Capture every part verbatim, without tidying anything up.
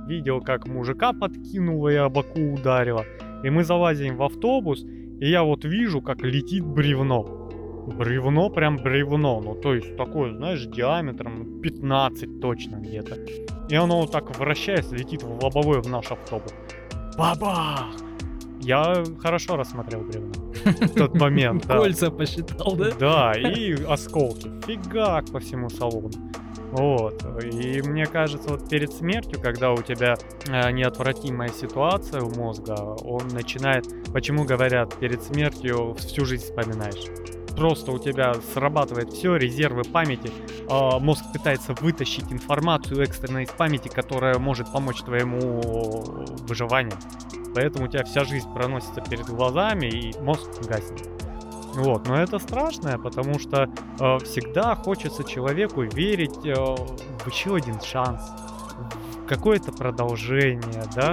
видел, как мужика подкинуло и о боку ударило. И мы залазим в автобус, и я вот вижу, как летит бревно. Бревно, прям бревно. Ну, то есть такое, знаешь, диаметром пятнадцать точно где-то. И оно вот так вращаясь, летит в лобовой в наш автобус. Бабах! Я хорошо рассмотрел бревно в тот момент. Кольца посчитал, да? Да, и осколки. Фигак по всему салону. Вот. И мне кажется, вот перед смертью, когда у тебя э, неотвратимая ситуация у мозга, он начинает, почему говорят, перед смертью всю жизнь вспоминаешь. Просто у тебя срабатывает все, резервы памяти, э, мозг пытается вытащить информацию экстренно из памяти, которая может помочь твоему выживанию. Поэтому у тебя вся жизнь проносится перед глазами, и мозг гаснет. Вот, но это страшное, потому что э, всегда хочется человеку верить э, в еще один шанс, в какое-то продолжение, да?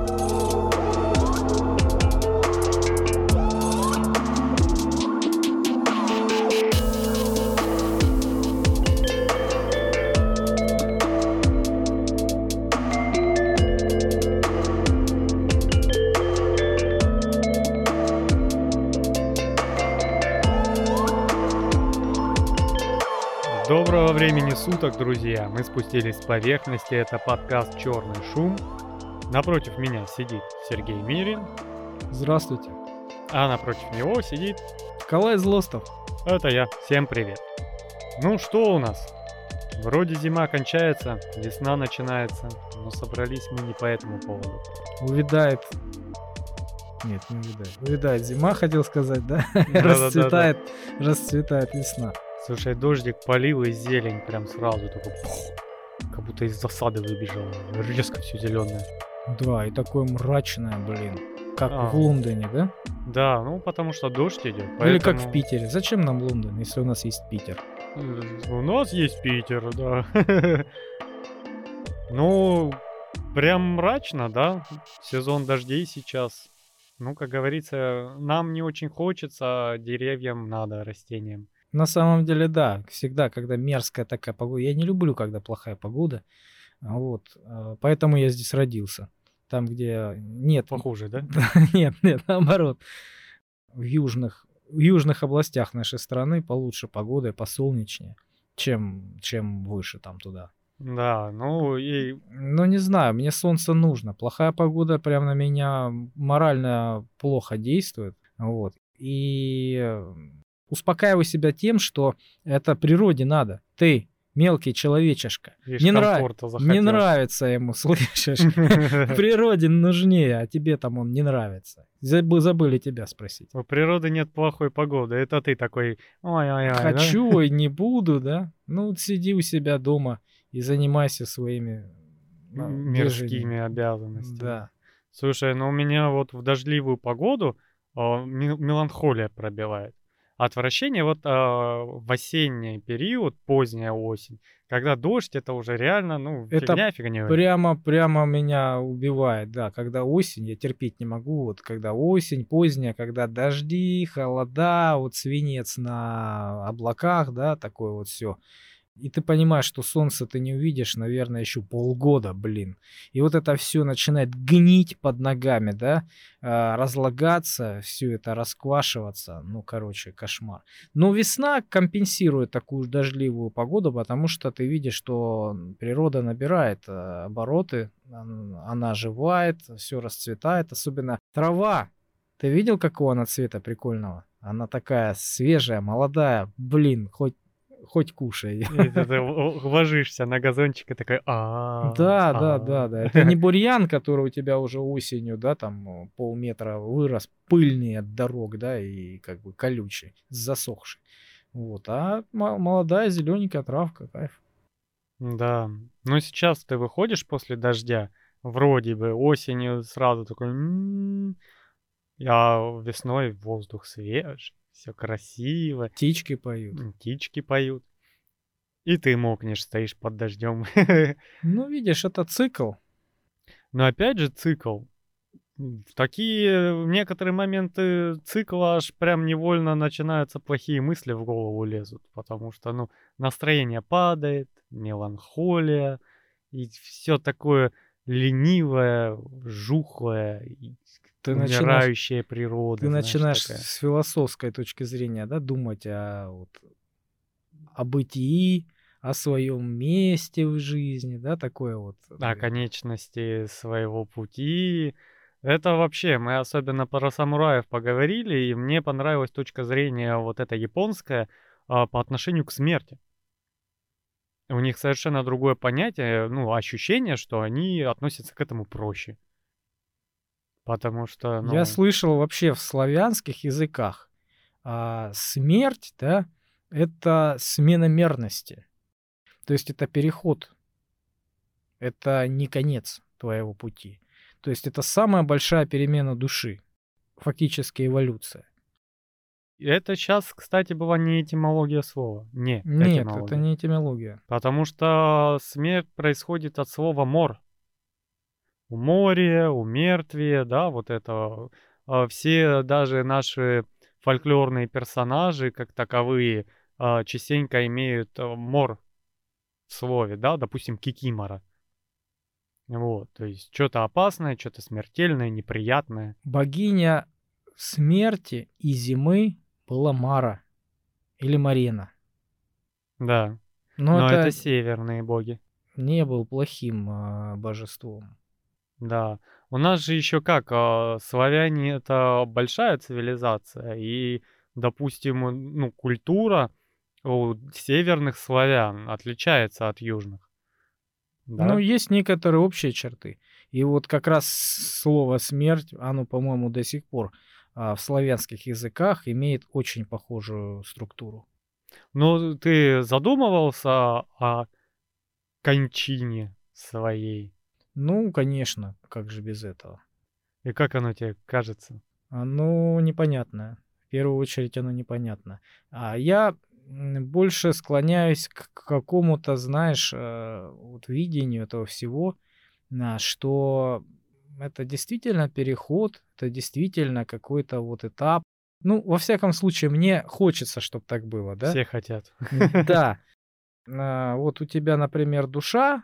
Доброго времени суток, друзья! Мы спустились с поверхности, это подкаст «Черный шум». Напротив меня сидит Сергей Мирин. Здравствуйте. А напротив него сидит... Калай Злостов. Это я. Всем привет. Ну что у нас? Вроде зима кончается, весна начинается, но собрались мы не по этому поводу. Увядает... Нет, не увядает. Увядает зима, хотел сказать, да? Да-да-да-да. Расцветает, расцветает весна. Слушай, дождик полил и зелень прям сразу такой, пух, как будто из засады выбежал, резко все зеленое. Да, и такое мрачное, блин, как А. в Лондоне, да? Да, ну потому что дождь идет. Или как поэтому- в Питере. Зачем нам Лондон, если у нас есть Питер? У нас есть Питер, да. Ну, прям мрачно, да? Сезон дождей сейчас. Ну, как говорится, нам не очень хочется, а деревьям надо, растениям. На самом деле, да, всегда, когда мерзкая такая погода. Я не люблю, когда плохая погода. Вот. а, Поэтому я здесь родился. Там, где нет... Похуже, да? Нет, нет, наоборот. В южных, в южных областях нашей страны получше погода и посолнечнее, чем, чем выше там туда. Да, ну и Ну, не знаю, мне солнце нужно. Плохая погода прям на меня морально плохо действует. Вот. И э, успокаиваю себя тем, что это природе надо. Ты, мелкий человечишка, видишь, не, нрав- комфорта не захотел. нравится ему, слышишь? Природе нужнее, а тебе там он не нравится. Забы- Забыли тебя спросить. У природы нет плохой погоды. Это ты такой, ой-ой-ой. да? Хочу и не буду, да? Ну, вот сиди у себя дома и занимайся своими ну, Мирскими движениями. обязанностями. Да. Слушай, ну у меня вот в дождливую погоду а, ме- меланхолия пробивает. Отвращение вот а, в осенний период, поздняя осень, когда дождь, это уже реально, ну, Это фигня фигней. Прямо, прямо меня убивает, да, когда осень, я терпеть не могу, вот когда осень поздняя, когда дожди, холода, вот свинец на облаках, да, такое вот все. И ты понимаешь, что солнце ты не увидишь, наверное, еще полгода, блин. И вот это все начинает гнить под ногами, да, а, разлагаться, все это расквашиваться. Ну, короче, кошмар. Но весна компенсирует такую дождливую погоду, потому что ты видишь, что природа набирает э, обороты, ан- она оживает, все расцветает, особенно трава. Ты видел, какого она цвета прикольного? Она такая свежая, молодая, блин, хоть хоть кушай. И ты, ты л- ложишься на газончик и такой, а Да, да, да, да. Это не бурьян, который у тебя уже осенью, да, там э, полметра вырос, пыльный от дорог, да, и как бы колючий, засохший. Вот, а мо- молодая зелененькая травка, кайф. Да. Но сейчас ты выходишь после дождя, вроде бы осенью сразу такой, «М-м-м», а весной воздух свеж, все красиво, Птички поют. м, птички поют. И ты мокнешь, стоишь под дождем. Ну, видишь, это цикл. Но опять же цикл. М, В такие в некоторые моменты цикла аж прям невольно начинаются плохие мысли в голову лезут, потому что, ну, настроение падает, меланхолия и все такое ленивая, жухлая, и Ты начинаешь умирающая ты природа, знаешь, начинаешь такая. с философской точки зрения, да, думать о вот о бытии, о своем месте в жизни, да, такое вот, О наверное. конечности своего пути. Это вообще, мы особенно про самураев поговорили, и мне понравилась точка зрения вот эта японская, а, по отношению к смерти. У них совершенно другое понятие, ну, ощущение, что они относятся к этому проще. Потому что, Я ну, слышал вообще в славянских языках, а, смерть, да, это смена мерности. То есть это переход, это не конец твоего пути. То есть это самая большая перемена души, фактически эволюция. это сейчас, кстати, была не этимология слова. Не Нет, это этимология. не этимология. Потому что смерть происходит от слова «мор». У море, у мертвия, да, вот это. А, все даже наши фольклорные персонажи, как таковые, а, частенько имеют, а, "мор" в слове, да, допустим, кикимора. Вот, то есть что то опасное, что то смертельное, неприятное. Богиня смерти и зимы была Мара или Марена. Да, Но но это это северные боги. не был плохим, а, божеством. Да. У нас же еще как, а, славяне — это большая цивилизация, и, допустим, э, ну, культура у северных славян отличается от южных, Ну, да? есть некоторые общие черты. И вот как раз слово "смерть", оно, по-моему, до сих пор, а, в славянских языках имеет очень похожую структуру. Но ты задумывался о кончине своей? Ну, конечно, как же без этого? И как оно тебе кажется? Оно непонятное. В первую очередь оно непонятно. А я, м, больше склоняюсь к к какому-то, знаешь, э, вот видению этого всего, на что это действительно переход, это действительно какой-то вот этап. Ну, во всяком случае, мне хочется, чтобы так было, да. Все хотят. Да, а, вот у тебя, например, душа,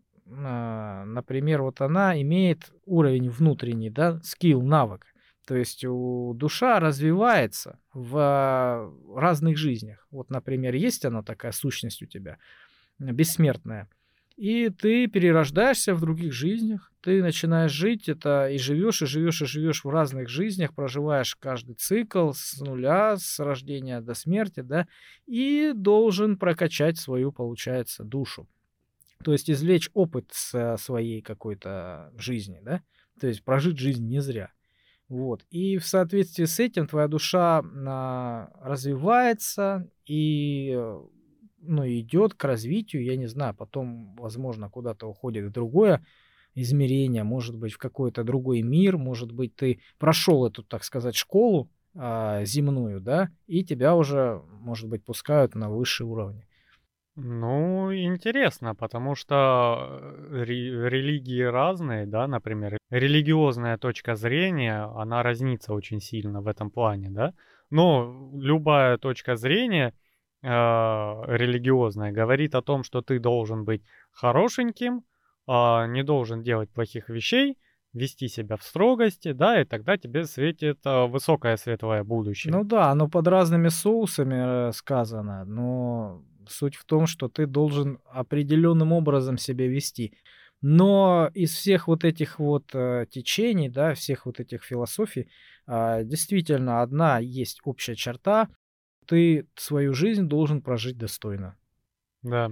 а, например, вот она имеет уровень внутренний, да, скилл, навык. То есть у душа развивается в а, разных жизнях. Вот, например, есть она такая сущность у тебя, м, бессмертная. И ты перерождаешься в других жизнях, ты начинаешь жить это и живешь, и живешь, и живешь в разных жизнях, проживаешь каждый цикл с нуля, с рождения до смерти, да, и должен прокачать свою, получается, душу. То есть извлечь опыт со своей какой-то жизни, да, то есть прожить жизнь не зря. Вот. И в соответствии с этим твоя душа а, развивается и э, ну, идет к развитию, я не знаю, потом, возможно, куда-то уходит в другое измерение, может быть, в какой-то другой мир, может быть, ты прошел эту, так сказать, школу а, земную, да, и тебя уже, может быть, пускают на высшие уровни. Ну, интересно, потому что э, ре- религии разные, да, например, религиозная точка зрения, она разнится очень сильно в этом плане, да. Но любая точка зрения э, религиозная говорит о том, что ты должен быть хорошеньким, а, не должен делать плохих вещей, вести себя в строгости, да, и тогда тебе светит э, высокое светлое будущее. Ну да, оно под разными соусами э, сказано, но суть в том, что ты должен определенным образом себя вести. Но из всех вот этих вот э, течений, да, всех вот этих философий, а, действительно одна есть общая черта: ты свою жизнь должен прожить достойно. Да.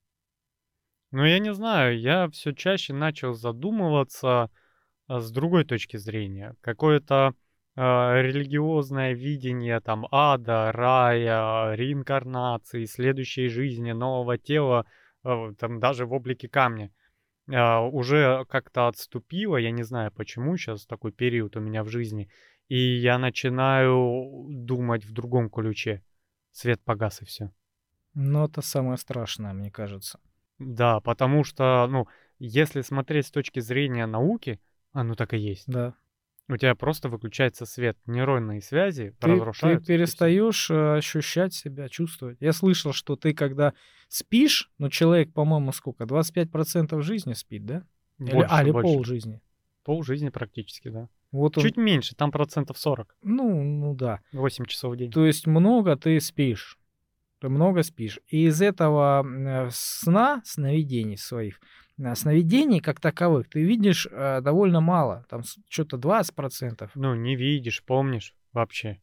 Ну, я не знаю, я все чаще начал задумываться, а, с другой точки зрения. Какое-то, а, религиозное видение там ада, рая, реинкарнации, следующей жизни, нового тела, а, там даже в облике камня, а, уже как-то отступило. Я не знаю, почему сейчас такой период у меня в жизни. И я начинаю думать в другом ключе. Свет погас и все. Но это самое страшное, мне кажется. Да, потому что, ну, если смотреть с точки зрения науки, оно так и есть. Да. У тебя просто выключается свет, нейронные связи Ты ты разрушаются, и все. перестаешь, э, ощущать себя, чувствовать. Я слышал, что ты когда спишь, ну, человек, по-моему, сколько, двадцать пять процентов жизни спит, да? Или, а, Больше, или больше. полжизни. Полжизни практически, да. Вот он, Чуть меньше, там процентов сорок. ну, ну да. восемь часов в день. То есть много ты спишь, ты много спишь. И из этого м, э, сна, сновидений своих, э, сновидений как таковых ты видишь э, довольно мало. Там что-то двадцать процентов. Ну, не видишь, помнишь вообще.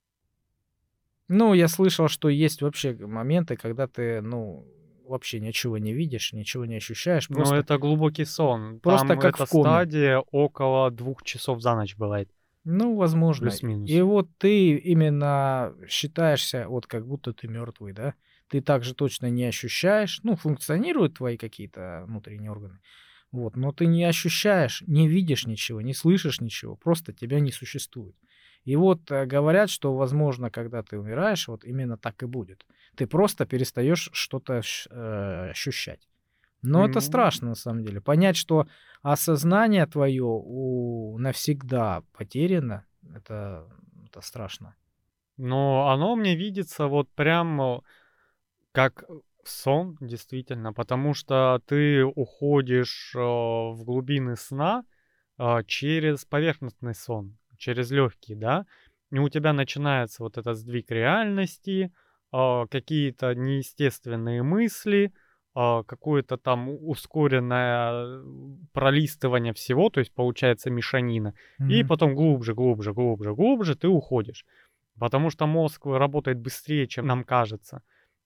Ну, я слышал, что есть вообще моменты, когда ты, ну, вообще ничего не видишь, ничего не ощущаешь, Но просто, это глубокий сон. просто Там как эта в коме. стадия около двух часов за ночь бывает. Ну, возможно. И Плюс-минус. вот ты именно считаешься, вот как будто ты мертвый, да? Ты также точно не ощущаешь, ну, функционируют твои какие-то внутренние органы, вот, но ты не ощущаешь, не видишь ничего, не слышишь ничего, просто тебя не существует. И вот э, говорят, что, возможно, когда ты умираешь, вот именно так и будет. Ты просто перестаешь что-то ощ- э, ощущать. Но это Ну, страшно на самом деле. Понять, что осознание твое у навсегда потеряно, это это страшно. но оно мне видится вот прям э, как сон, действительно, потому что ты уходишь э, в глубины сна а, через поверхностный сон, через легкий, да, и у тебя начинается вот этот сдвиг реальности, а, какие-то неестественные мысли, а, какое-то там у- ускоренное э, пролистывание всего, то есть получается мешанина, и Мгм. потом глубже, глубже, глубже, глубже ты уходишь, потому что мозг работает быстрее, чем нам кажется,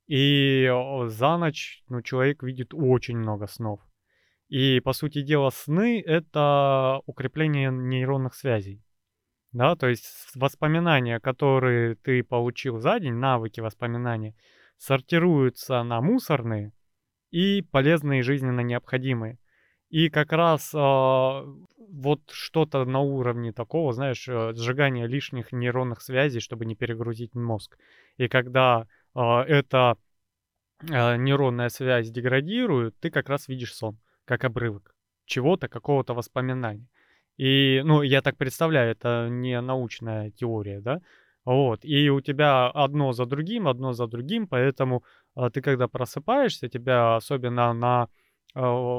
и о, за ночь, ну, человек видит очень много снов. И, по сути дела, сны — это укрепление нейронных связей. Да, то есть с воспоминания, которые ты получил за день, навыки воспоминания, сортируются на мусорные и полезные и жизненно необходимые. И как раз а, вот что-то на уровне такого, знаешь, э, сжигания лишних нейронных связей, чтобы не перегрузить мозг. И когда а, эта а, нейронная связь деградирует, ты как раз видишь сон, как обрывок чего-то, какого-то воспоминания. И, ну, я так представляю, это не научная теория, да? Вот. И у тебя одно за другим, одно за другим, поэтому а, ты когда просыпаешься, тебя особенно на а,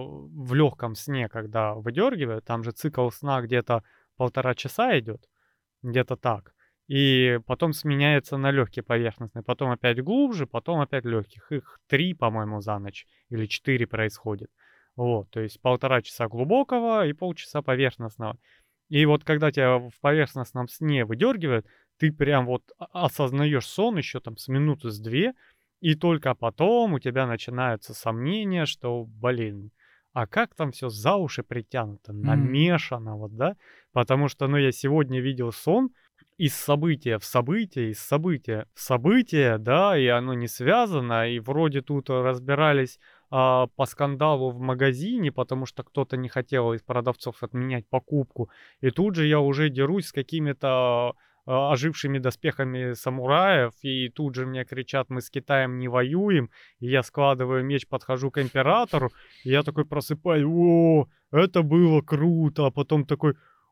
в легком сне, когда выдергивают, там же цикл сна где-то полтора часа идет, где-то так. И потом сменяется на легкий поверхностный, потом опять глубже, потом опять легких. Их три, по-моему, за ночь или четыре происходит. Вот, то есть полтора часа глубокого и полчаса поверхностного. И вот когда тебя в поверхностном сне выдергивают, ты прям вот о- осознаешь сон еще там с минуты с две, и только потом у тебя начинаются сомнения, что, блин, а как там все за уши притянуто, М. намешано, вот, да? Потому что, ну, я сегодня видел сон, из события в событие, из события в событие, да, и оно не связано, и вроде тут разбирались а, по скандалу в магазине, потому что кто-то не хотел из продавцов отменять покупку, и тут же я уже дерусь с какими-то а, ожившими доспехами самураев, и тут же мне кричат: мы с Китаем не воюем, и я складываю меч, подхожу к императору, и я такой просыпаюсь: о, это было круто, а потом такой: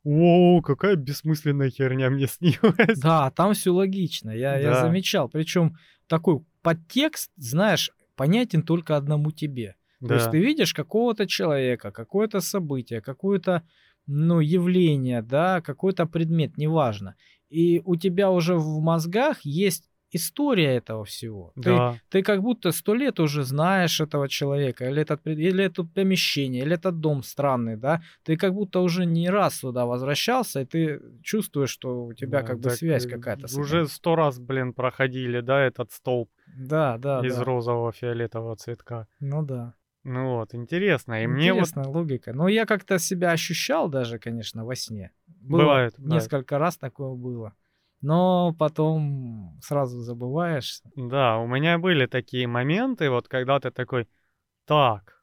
о, какая бессмысленная херня мне снилась. Да, там все логично. Я я Да, замечал. Причем такой подтекст, знаешь, понятен только одному тебе. То есть да, ты видишь какого-то человека, какое-то событие, какое-то, ну, явление, да, какой-то предмет, неважно. И у тебя уже в мозгах есть история этого всего. Ты да, ты как будто сто лет уже знаешь этого человека, или этот пред или это помещение, или этот дом странный, да. Ты как будто уже не раз сюда возвращался, и ты чувствуешь, что у тебя да. как бы Так связь э, какая-то с этим. уже сто раз, блин, проходили, да, этот столб Да, да, из да. розового фиолетового цветка. Ну да. Ну вот, интересно. И мне вот Интересная логика. Но я как-то себя ощущал даже, конечно, во сне. Было бывает, бывает. несколько раз такое было. Но потом сразу забываешься. Да, у меня были такие моменты, вот когда ты такой: так,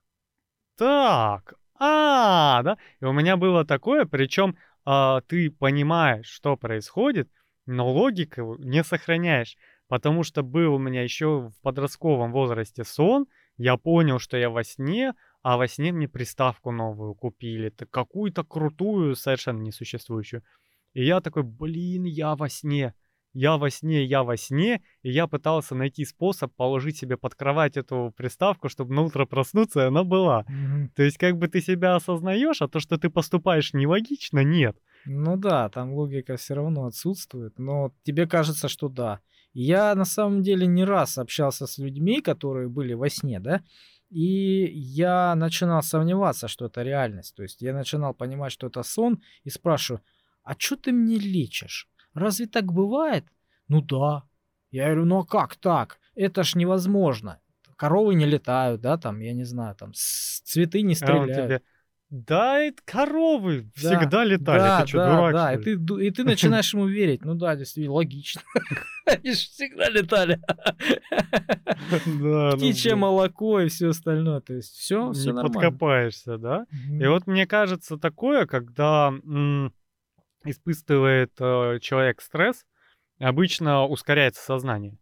так, а, да? И у меня было такое, причем, а, ты понимаешь, что происходит, но логику не сохраняешь. Потому что был у меня еще в подростковом возрасте сон, я понял, что я во сне, а во сне мне приставку новую купили, т какую-то крутую, совершенно несуществующую. И я такой: блин, я во сне. я во сне, я во сне, и я пытался найти способ положить себе под кровать эту приставку, чтобы на утро проснуться, и она была. Мгм. То есть как бы ты себя осознаешь, а то, что ты поступаешь нелогично, нет. Ну да, там логика все равно отсутствует, но тебе кажется, что да. Я на самом деле не раз общался с людьми, которые были во сне, да, и я начинал сомневаться, что это реальность. То есть я начинал понимать, что это сон, и спрашиваю: "А чё ты мне лечишь? Разве так бывает?" "Ну да". Я говорю: "Ну а как так? Это ж невозможно. Коровы не летают, да, там, я не знаю, там, с цветы не А он стреляют". тебе: "Да, это коровы Да, всегда летали. да, Ты чё, да, дурак, да. И что ли?" ты ду и ты начинаешь ему верить. Ну да, действительно, логично. Они ж всегда летали. Да, ну, Птичье блин, молоко и все остальное. То есть все, не все нормально. подкопаешься, да? И Мгм. вот мне кажется, такое, когда, м, испытывает, э, человек стресс, обычно ускоряется сознание.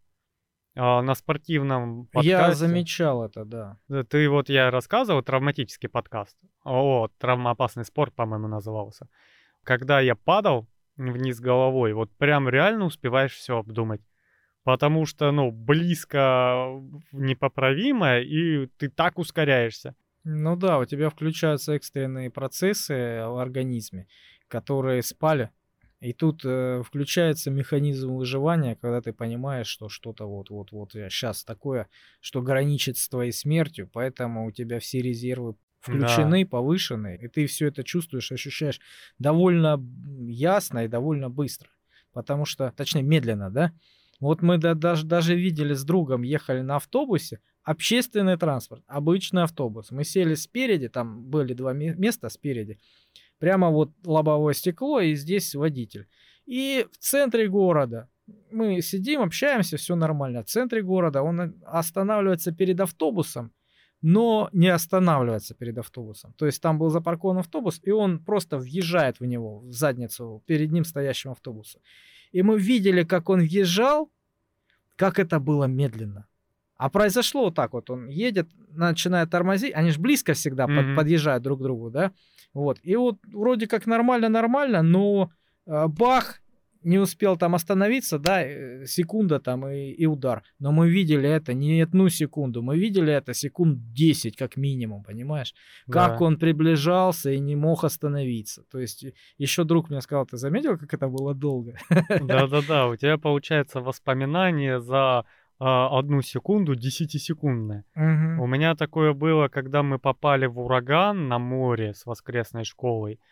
А, на спортивном Я подкасте, замечал это, да. э, ты вот я рассказывал, травматический подкаст. Вот, "Травмоопасный спорт", по-моему, назывался. Когда я падал вниз головой, вот прям реально успеваешь все обдумать. Потому что, ну, близко в непоправимое, и ты так ускоряешься. Ну да, у тебя включаются экстренные процессы в организме, которые спали. И тут, э, включается механизм выживания, когда ты понимаешь, что что-то вот-вот-вот сейчас такое, что граничит с твоей смертью, поэтому у тебя все резервы Да, включены, повышены, и ты все это чувствуешь, ощущаешь довольно, м, ясно и довольно быстро. Потому что, точнее, медленно, да. Вот мы да даже даже видели с другом, ехали на автобусе, общественный транспорт, обычный автобус. Мы сели спереди, там были два ме места спереди. Прямо вот лобовое стекло, и здесь водитель. И в центре города мы сидим, общаемся, все нормально. В центре города он э, останавливается перед автобусом, но не останавливается перед автобусом. То есть там был запаркован автобус, и он просто въезжает в него, в задницу перед ним стоящему автобусу. И мы видели, как он въезжал, как это было медленно. А произошло вот так вот: он едет, начинает тормозить, они ж близко всегда под мгм. подъезжают друг к другу, да. Вот, и вот вроде как нормально-нормально, но, э, бах, не успел там остановиться, да, э, секунда там и и удар. Но мы видели это не одну секунду, мы видели это секунд десять как минимум, понимаешь? Как Да. он приближался и не мог остановиться. То есть, э, еще друг мне сказал: "Ты заметил, как это было долго?" Да-да-да, у тебя получается воспоминание за, а, одну секунду десятисекундное. Мгм. У меня такое было, когда мы попали в ураган на море с воскресной школой,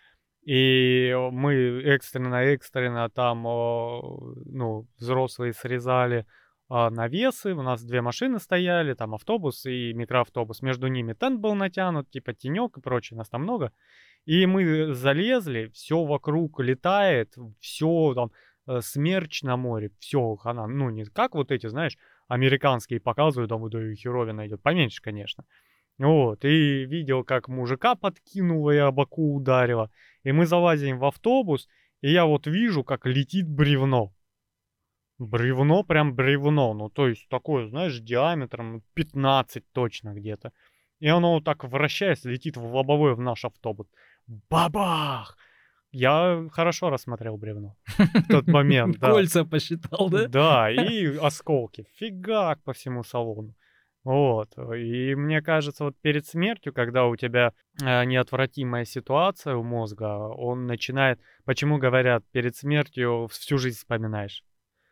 и мы экстренно-экстренно там, а, ну, взрослые срезали, а, навесы. У нас две машины стояли, там автобус и микроавтобус. Между ними тент был натянут, типа тенек и прочее, нас там много. И мы залезли, все вокруг летает, все там, э, смерч на море, все хана. Ну, не как вот эти, знаешь, американские показывают, там вот и херовина идет, поменьше, конечно. Вот, и видел, как мужика подкинуло и о боку ударило. И мы залазим в автобус, и я вот вижу, как летит бревно. Бревно, прям бревно, ну, то есть такое, знаешь, диаметром пятнадцать точно где-то. И оно вот так вращаясь, летит в лобовое в наш автобус. Бабах! Я хорошо рассмотрел бревно в тот момент, да. Кольца посчитал, да? Да, и осколки. Фигак по всему салону. Вот. И мне кажется, вот перед смертью, когда у тебя э, неотвратимая ситуация у мозга, он начинает... Почему говорят, перед смертью всю жизнь вспоминаешь?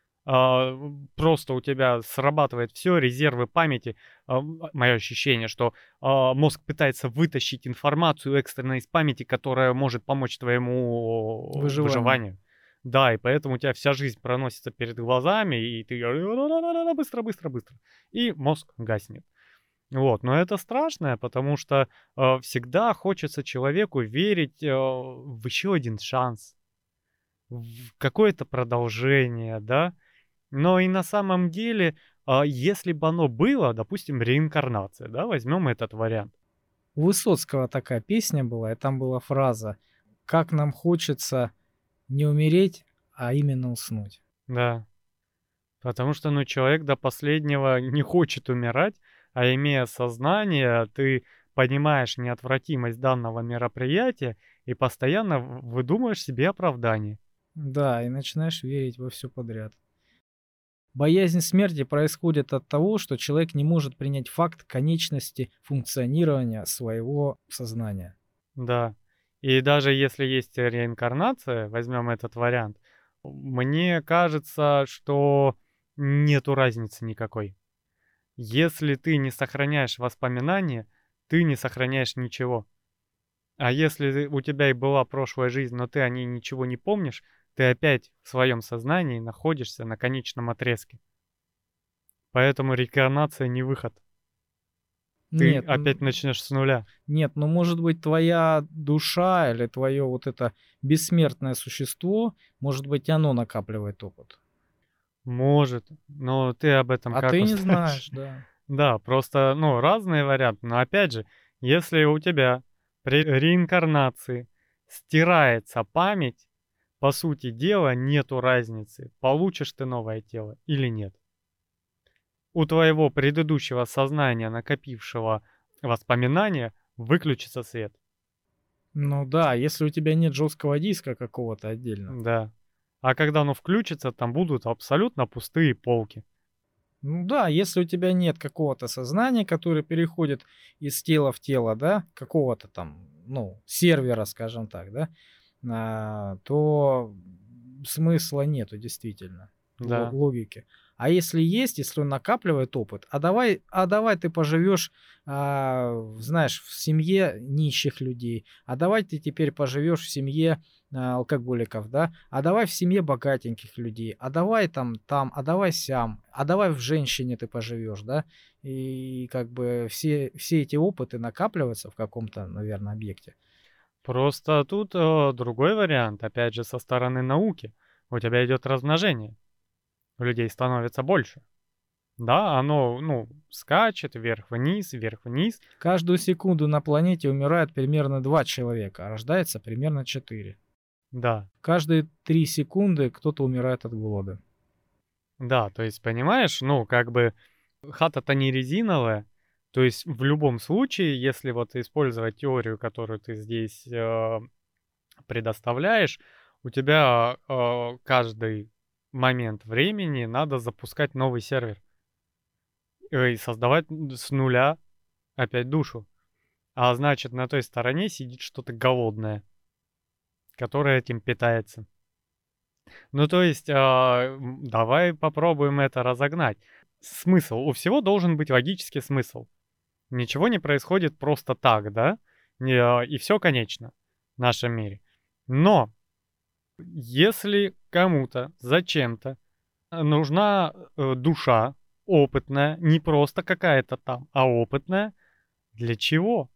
А, м, просто у тебя срабатывает все, резервы памяти. А, мое ощущение, что, а, мозг пытается вытащить информацию экстренно из памяти, которая может помочь твоему Выживание. выживанию. Да, и поэтому у тебя вся жизнь проносится перед глазами, и ты быстро, быстро, быстро, и мозг гаснет. Вот, но это страшно, потому что, а, всегда хочется человеку верить, а, в еще один шанс, в какое-то продолжение, да. Но и на самом деле, а, если бы оно было, допустим, реинкарнация, да, возьмем этот вариант. У Высоцкого такая песня была, и там была фраза: "Как нам хочется не умереть, а именно уснуть". Да, потому что, ну, человек до последнего не хочет умирать, а имея сознание, ты понимаешь неотвратимость данного мероприятия и постоянно в выдумываешь себе оправдание. Да, и начинаешь верить во все подряд. Боязнь смерти происходит от того, что человек не может принять факт конечности функционирования своего сознания. Да. И даже если есть реинкарнация, возьмем этот вариант, мне кажется, что нету разницы никакой. Если ты не сохраняешь воспоминания, ты не сохраняешь ничего. А если у тебя и была прошлая жизнь, но ты о ней ничего не помнишь, ты опять в своем сознании находишься на конечном отрезке. Поэтому реинкарнация не выход. Ты Нет, опять н- начнешь с нуля. нет, ну может быть твоя душа или твое вот это бессмертное существо, может быть оно накапливает опыт. Может, но ты об этом А как ты не узнаешь? знаешь, да. Да, просто, ну, разные варианты. Но опять же, если у тебя при реинкарнации стирается память, по сути дела, нету разницы, получишь ты новое тело или нет. У твоего предыдущего сознания, накопившего воспоминания, выключится свет. Ну да, если у тебя нет жесткого диска какого-то отдельно. Да. А когда оно включится, там будут абсолютно пустые полки. Ну да, если у тебя нет какого-то сознания, которое переходит из тела в тело, да, какого-то там, ну, сервера, скажем так, да, а, то смысла нету действительно, ло- Да. логики. А если есть, если он накапливает опыт, а давай, а давай ты поживешь, а, в- знаешь, в семье нищих людей, а давай ты теперь поживешь в семье а, алкоголиков, да, а давай в семье богатеньких людей, а давай там, там, а давай сям, а давай в женщине ты поживешь, да, и как бы все, все эти опыты накапливаются в каком-то, наверное, объекте. Просто тут э, другой вариант, опять же, со стороны науки. У тебя идет размножение. У людей становится больше. Да, оно, ну, скачет вверх-вниз, вверх-вниз. Каждую секунду на планете умирает примерно два человека, а рождается примерно четыре. Да, Каждые три секунды кто-то умирает от голода. да, то есть, понимаешь, ну, как бы хата-то не резиновая. То есть, в любом случае, если вот использовать теорию, которую ты здесь э, предоставляешь, у тебя э, каждый момент времени надо запускать новый сервер э, и создавать н- с нуля опять душу. А значит, на той стороне сидит что-то голодное, которое этим питается. Ну, то есть, а, м, давай попробуем это разогнать. Смысл. У всего должен быть логический смысл. Ничего не происходит просто так, да? Не, а, и все конечно в нашем мире. Но если кому-то зачем-то э, нужна э, душа опытная, не просто какая-то там, а опытная, для чего?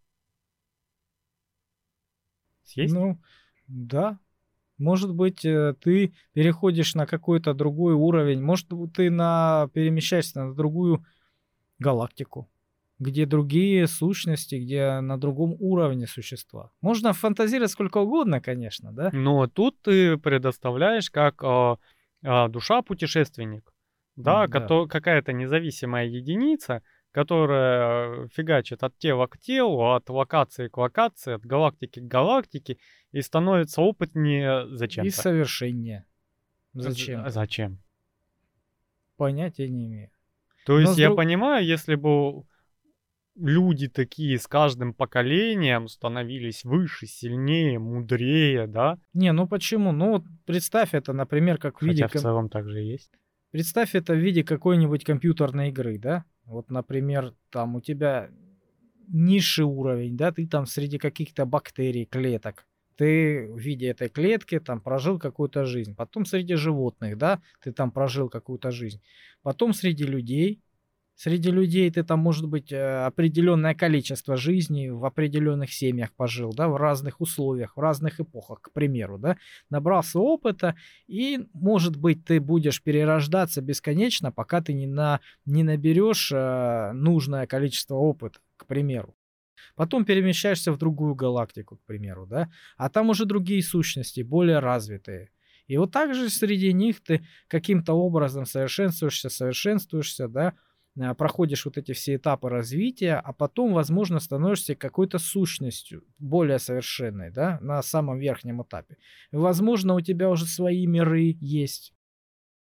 Съесть? Ну, да, может быть, э, ты переходишь на какой-то другой уровень, может, в- ты на, перемещаешься на другую галактику, где другие сущности, где на другом уровне существа. Можно фантазировать сколько угодно, конечно, да? Но тут ты предоставляешь как а, а, душа-путешественник, да, М, Да. кото- какая-то независимая единица, которая фигачит от тела к телу, от локации к локации, от галактики к галактике и становится опытнее И зачем-то. совершеннее. З- Зачем-то. Зачем? Понятия не имею. То Но есть с я друг... понимаю, если бы люди такие с каждым поколением становились выше, сильнее, мудрее, да, Не, ну почему? Ну вот представь это, например, как в виде хотя в ком- целом так же и есть. Представь это в виде какой-нибудь компьютерной игры, да? Вот, например, там у тебя низший уровень, да, ты там среди каких-то бактерий, клеток. Ты в виде этой клетки там прожил какую-то жизнь. Потом среди животных, да, ты там прожил какую-то жизнь. Потом среди людей. Среди людей ты там, может быть, э, определенное количество жизней в определенных семьях пожил, да, в разных условиях, в разных эпохах, к примеру, да, набрался опыта, и, может быть, ты будешь перерождаться бесконечно, пока ты не, на, не наберешь э, нужное количество опыта, к примеру. Потом перемещаешься в другую галактику, к примеру, да, а там уже другие сущности, более развитые. И вот так же среди них ты каким-то образом совершенствуешься, совершенствуешься, да, а, проходишь вот эти все этапы развития, а потом, возможно, становишься какой-то сущностью более совершенной, да, на самом верхнем этапе. И, возможно, у тебя уже свои миры есть.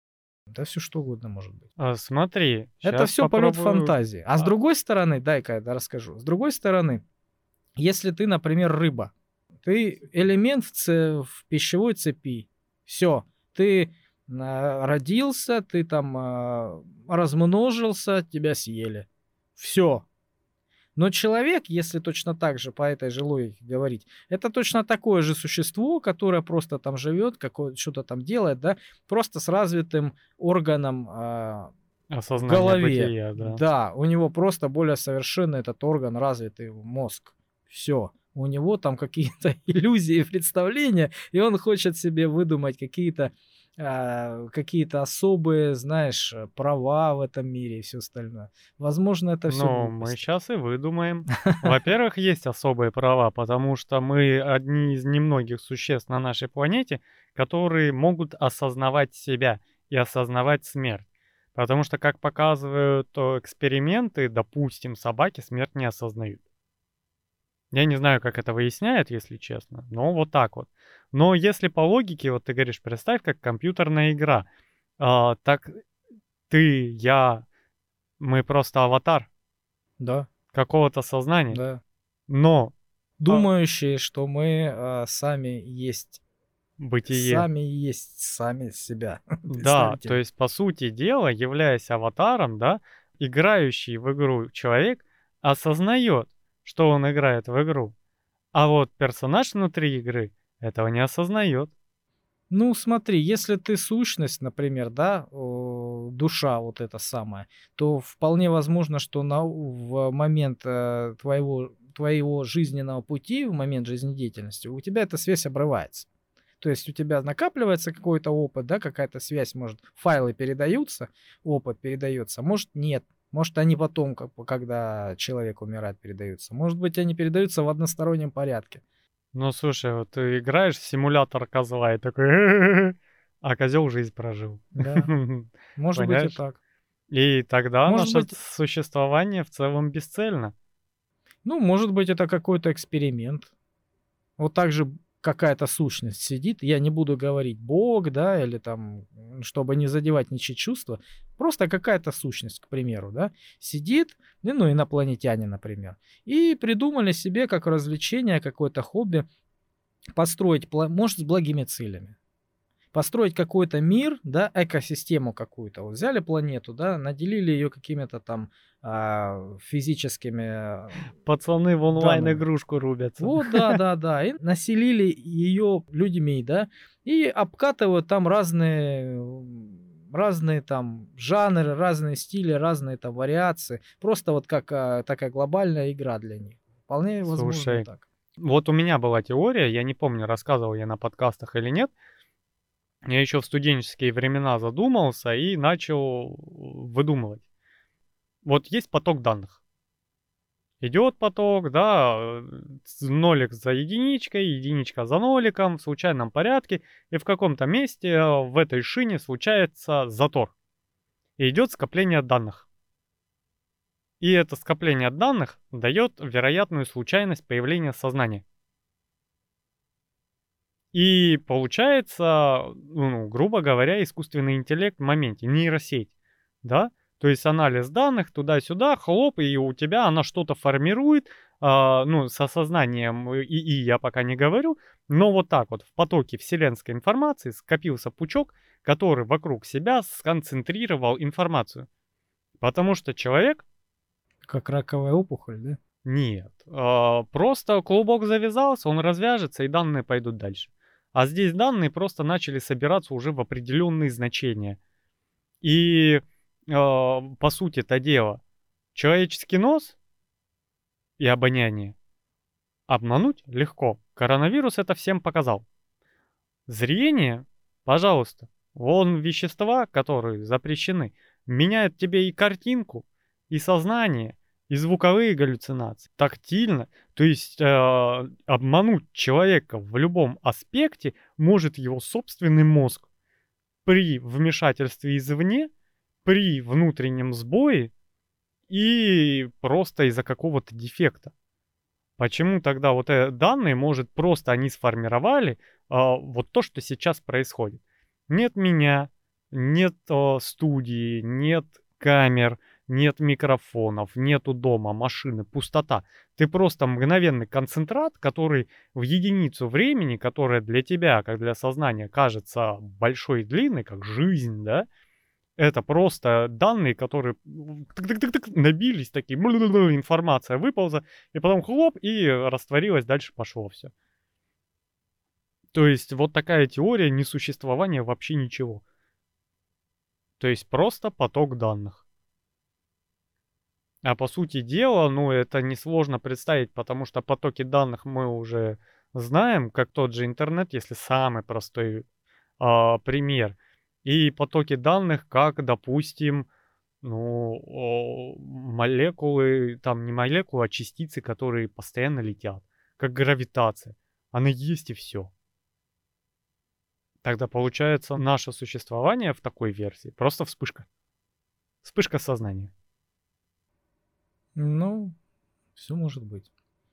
Да все что угодно может быть. А, смотри, Это сейчас все полет попробую. фантазии. А с а, другой стороны, дай-ка я расскажу. С другой стороны, если ты, например, рыба, ты элемент в, це- в пищевой цепи. Все, ты а, родился, ты там а, размножился, тебя съели. Все. Но человек, если точно так же, по этой же логике говорить, это точно такое же существо, которое просто там живет, какое что-то там делает, да, просто с развитым органом а, в Осознание голове. бытия, да. Да, у него просто более совершенный этот орган развитый мозг. Все. У него там какие-то иллюзии, представления, и он хочет себе выдумать какие-то а, какие-то особые, знаешь, э, права в этом мире и все остальное. Возможно, это все Но мы глупости. сейчас и выдумаем. Во-первых, есть особые права, потому что мы одни из немногих существ на нашей планете, которые могут осознавать себя и осознавать смерть. Потому что, как показывают э, эксперименты, допустим, собаки смерть не осознают. Я не знаю, как это выясняет, если честно, но вот так вот. Но если по логике, вот ты говоришь, представь, как компьютерная игра. А, так ты, я, мы просто аватар Да, какого-то сознания. да. Но а, Думающие, что мы а, сами есть, бытие. сами есть сами себя. Да, то Представьте. есть, по сути дела, являясь аватаром, да, играющий в игру человек осознает, что он играет в игру. А вот персонаж внутри игры этого не осознает. Ну, смотри, если ты сущность, например, да, о, душа вот эта самая, то вполне возможно, что на, в момент э, твоего, твоего жизненного пути, в момент жизнедеятельности, у тебя эта связь обрывается. То есть у тебя накапливается какой-то опыт, да, какая-то связь, может, файлы передаются, опыт передается, может, нет. Может, они потом, как бы, когда человек умирает, передаются. Может быть, они передаются в одностороннем порядке. Ну, слушай, вот ты играешь в симулятор козла и такой, а козел жизнь прожил. Да, может быть и Понимаешь? так. И тогда Может наше быть, существование в целом бесцельно. ну, может быть, это какой-то эксперимент. Вот так же какая-то сущность сидит, я не буду говорить Бог, да, или там, м, чтобы не задевать ничьи чувства, просто какая-то сущность, к примеру, да, сидит, ну, ну, инопланетяне, например, и придумали себе как развлечение, какое-то хобби построить, пла- может, с благими целями. Построить какой-то мир, да, экосистему какую-то. Вот взяли планету, да, наделили ее какими-то там а, физическими а, Пацаны в данными. онлайн-игрушку рубятся. Вот, да, да, да. И населили ее людьми, да, и обкатывают там разные, м, разные там жанры, разные стили, разные там вариации. Просто вот как а, такая глобальная игра для них. Вполне возможно и Слушай, так. вот у меня была теория, я не помню, рассказывал я на подкастах или нет. Я еще в студенческие времена задумался и начал выдумывать. Вот есть поток данных. Идет поток, да, э, с- нолик за единичкой, единичка за ноликом в случайном порядке, и в каком-то месте э, в этой шине случается затор. И идет скопление данных. И это скопление данных дает вероятную случайность появления сознания. И получается, ну, грубо говоря, искусственный интеллект в моменте, нейросеть, да? То есть анализ данных туда-сюда, хлоп, и у тебя она что-то формирует, а, ну, с осознанием ИИ я пока не говорю, но вот так вот в потоке вселенской информации скопился пучок, который вокруг себя сконцентрировал информацию. Потому что человек Как раковая опухоль, да? нет. А, просто клубок завязался, он развяжется, и данные пойдут дальше. А здесь данные просто начали собираться уже в определенные значения. И, а, по сути это дело, человеческий нос и обоняние обмануть легко. Коронавирус это всем показал. Зрение, пожалуйста, вон вещества, которые запрещены, меняют тебе и картинку, и сознание, и звуковые галлюцинации, тактильно. То есть э, обмануть человека в любом аспекте может его собственный мозг при вмешательстве извне, при внутреннем сбое и просто из-за какого-то дефекта. Почему тогда вот э, данные, может, просто они сформировали а, вот то, что сейчас происходит? Нет меня, Нет а, студии, нет камер, нет микрофонов, нету дома, машины, пустота. Ты просто мгновенный концентрат, который в единицу времени, которая для тебя, как для сознания, кажется большой и длинной, как жизнь, да, это просто данные, которые м, тык-тык-тык-тык набились, такие, блу-блу-блу, информация выползла, и потом хлоп, и растворилась, дальше пошло все. То есть вот такая теория несуществования вообще ничего. То есть просто поток данных. А по сути дела, ну, это несложно представить, потому что потоки данных мы уже знаем, как тот же интернет, если самый простой а, пример. И потоки данных, как, допустим, ну, о, молекулы, там не молекулы, а частицы, которые постоянно летят, как гравитация. Она есть и все. Тогда получается наше существование в такой версии просто вспышка. Вспышка сознания. Ну, все может быть.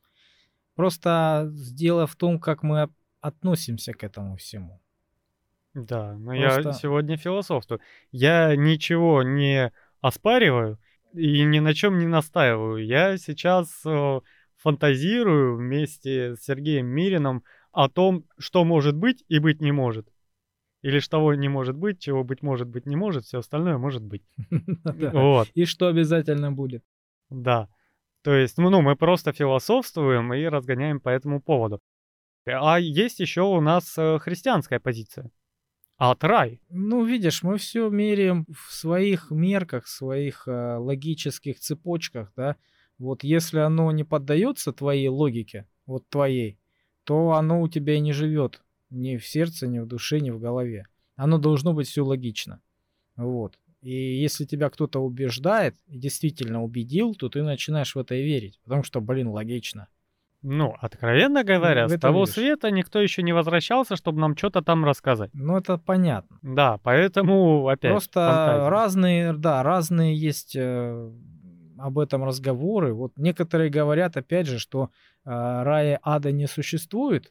Просто дело в том, как мы относимся к этому всему. Да, но я Просто, сегодня философствую. Я ничего не оспариваю и ни на чем не настаиваю. Я сейчас э, фантазирую вместе с Сергеем Мириным о том, что может быть и быть не может. Или что не может быть, чего быть может, быть не может, все остальное может быть. да. Вот, И что обязательно будет? да. То есть, ну, ну, мы просто философствуем и разгоняем по этому поводу. А есть еще у нас э, христианская позиция. Ад, рай. Ну, видишь, мы все меряем в своих мерках, в своих э, логических цепочках, да. Вот если оно не поддается твоей логике, вот твоей, то оно у тебя и не живет ни в сердце, ни в душе, ни в голове. Оно должно быть все логично. Вот. И если тебя кто-то убеждает и действительно убедил, то ты начинаешь в это и верить, потому что, блин, логично. Ну, откровенно И говоря, в с это того веришь. света никто еще не возвращался, чтобы нам что то там рассказать. Ну, это понятно. Да, поэтому опять Просто фантазия. разные, да, разные есть э, об этом разговоры. Вот некоторые говорят, опять же, что э, рая ада не существует.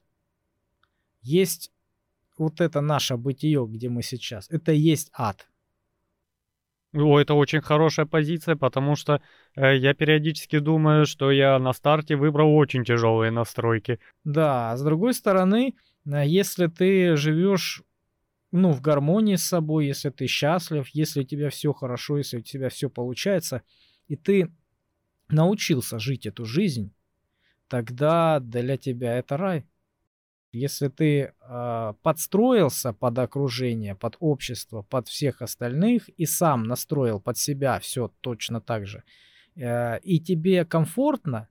Есть вот это наше бытие, где мы сейчас. Это и есть ад. О, это очень хорошая позиция, потому что, э, я периодически думаю, что я на старте выбрал очень тяжелые настройки. Да, а с другой стороны, э, если ты живешь, ну, в гармонии с собой, если ты счастлив, если у тебя все хорошо, если у тебя все получается, и ты научился жить эту жизнь, тогда для тебя это рай. Если ты а, подстроился под окружение, под общество, под всех остальных и сам настроил под себя все точно так же, э, и тебе комфортно,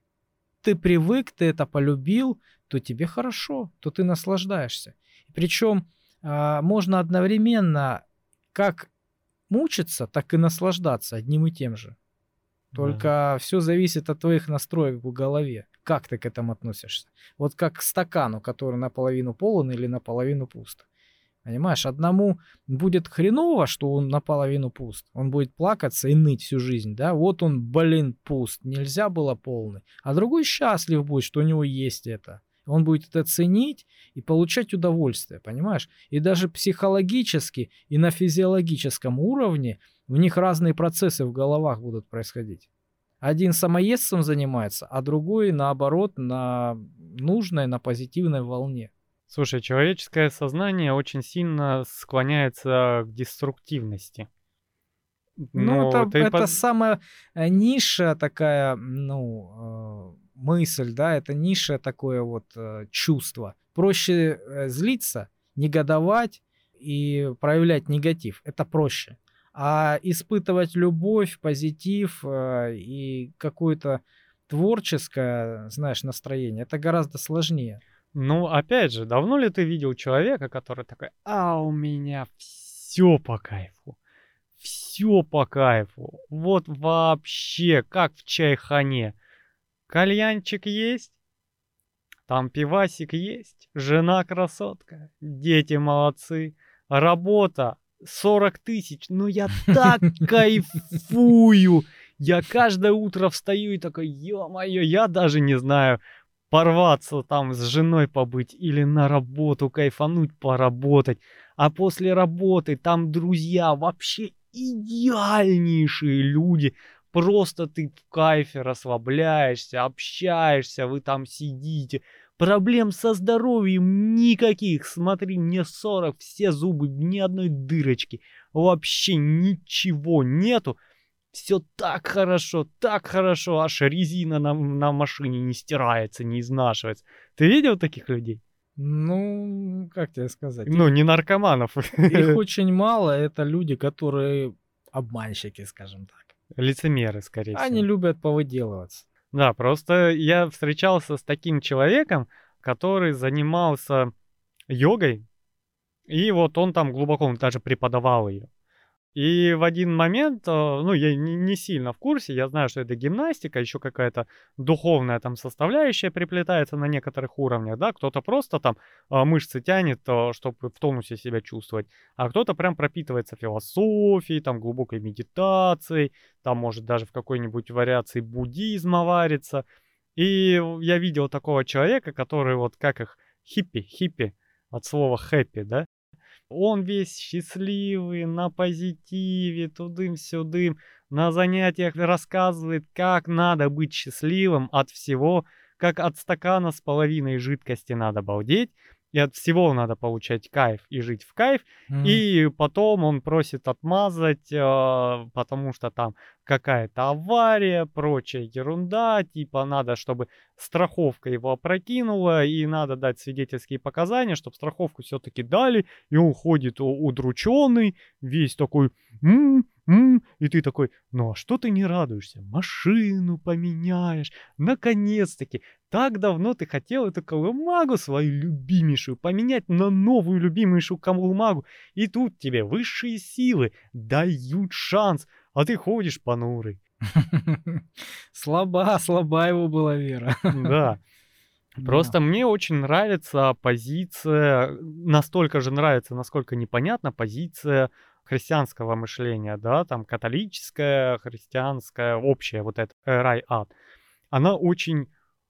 ты привык, ты это полюбил, то тебе хорошо, то ты наслаждаешься. Причем а, можно одновременно как мучиться, так и наслаждаться одним и тем же. Да. Только все зависит от твоих настроек в голове. Как ты к этому относишься? Вот как к стакану, который наполовину полон или наполовину пуст. Понимаешь, одному будет хреново, что он наполовину пуст. Он будет плакаться и ныть всю жизнь, да? Вот он, блин, пуст, нельзя было полный. А другой счастлив будет, что у него есть это. Он будет это ценить и получать удовольствие, понимаешь? И даже психологически и на физиологическом уровне у них разные процессы в головах будут происходить. Один самоедством занимается, а другой, наоборот, на нужной, на позитивной волне. Слушай, человеческое сознание очень сильно склоняется к деструктивности. Ну, Ну, это, ты это под самая э, низшая такая, ну, э, мысль, да, это низшее такое вот э, чувство. Проще э, злиться, негодовать и проявлять негатив. Это проще. А испытывать любовь, позитив э, и какое-то творческое, знаешь, настроение, это гораздо сложнее. Ну, опять же, давно ли ты видел человека, который такой: "А у меня все по кайфу, все по кайфу, вот вообще как в чайхане. Кальянчик есть, там пивасик есть, жена красотка, дети молодцы, работа сорок тысяч. Ну я так кайфую! Я каждое утро встаю и такой: ё-моё, я даже не знаю, порваться там с женой побыть или на работу кайфануть, поработать. А после работы там друзья вообще идеальнейшие люди. Просто ты в кайфе расслабляешься, общаешься, вы там сидите. Проблем со здоровьем никаких. Смотри, мне сорок, все зубы, ни одной дырочки. Вообще ничего нету. Все так хорошо, так хорошо, аж резина на, на машине не стирается, не изнашивается. Ты видел таких людей? Ну, как тебе сказать, Ну, их, не наркоманов, их очень мало, это люди, которые обманщики, скажем так. лицемеры, скорее Они всего. любят повыделываться. Да, просто я встречался с таким человеком, который занимался йогой, и вот он там глубоко, он даже преподавал ее. И в один момент, э, ну, я не, не сильно в курсе, я знаю, что это гимнастика, еще какая-то духовная там составляющая приплетается на некоторых уровнях, да, кто-то просто там а, мышцы тянет, чтобы в тонусе себя чувствовать, а кто-то прям пропитывается философией, там, глубокой медитацией, там, может, даже в какой-нибудь вариации буддизма варится. И я видел такого человека, который вот как их хиппи, хиппи, от слова happy, да, он весь счастливый, на позитиве, тудым-сюдым, на занятиях рассказывает, как надо быть счастливым от всего, как от стакана с половиной жидкости надо балдеть, и от всего надо получать кайф и жить в кайф, Мгм. и потом он просит отмазать, а, потому что там какая-то авария, прочая ерунда, типа надо, чтобы страховка его опрокинула, и надо дать свидетельские показания, чтобы страховку все-таки дали, и он ходит у- удрученный, весь такой, «М, м», и ты такой, ну а что ты не радуешься? Машину поменяешь, наконец-таки. Так давно ты хотел эту колымагу свою любимейшую поменять на новую любимейшую колымагу, и тут тебе высшие силы дают шанс, а ты ходишь понурый. Слаба, слаба его была вера. Да. Да. Просто мне очень нравится позиция, настолько же нравится, насколько непонятна позиция христианского мышления, да, там католическая, христианская, общая, вот это э, рай-ад. Она очень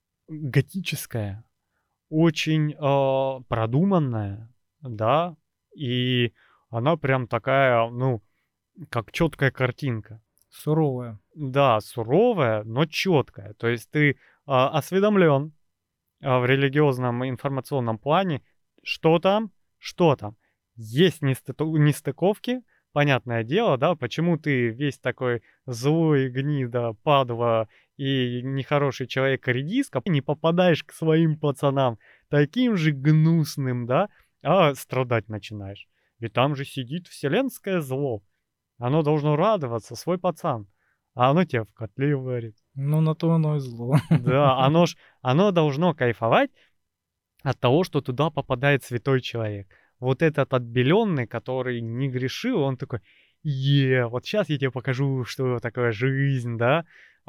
готическая, очень а, продуманная, да, и она прям такая, ну, как четкая картинка. Суровая. Да, суровая, но четкая. То есть ты а, осведомлен, а, в религиозном и информационном плане, что там, что там. Есть нестыто- нестыковки, понятное дело, да, почему ты весь такой злой, гнида, падла и нехороший человек-редиска не попадаешь к своим пацанам, таким же гнусным, да, а страдать начинаешь. Ведь там же сидит вселенское зло. Оно должно радоваться, свой пацан. А оно тебя в котле варит. Ну, на то оно и зло. Да, оно ж, оно должно кайфовать от того, что туда попадает святой человек. Вот этот отбеленный, который не грешил, он такой, е, вот сейчас я тебе покажу, что такое жизнь, да.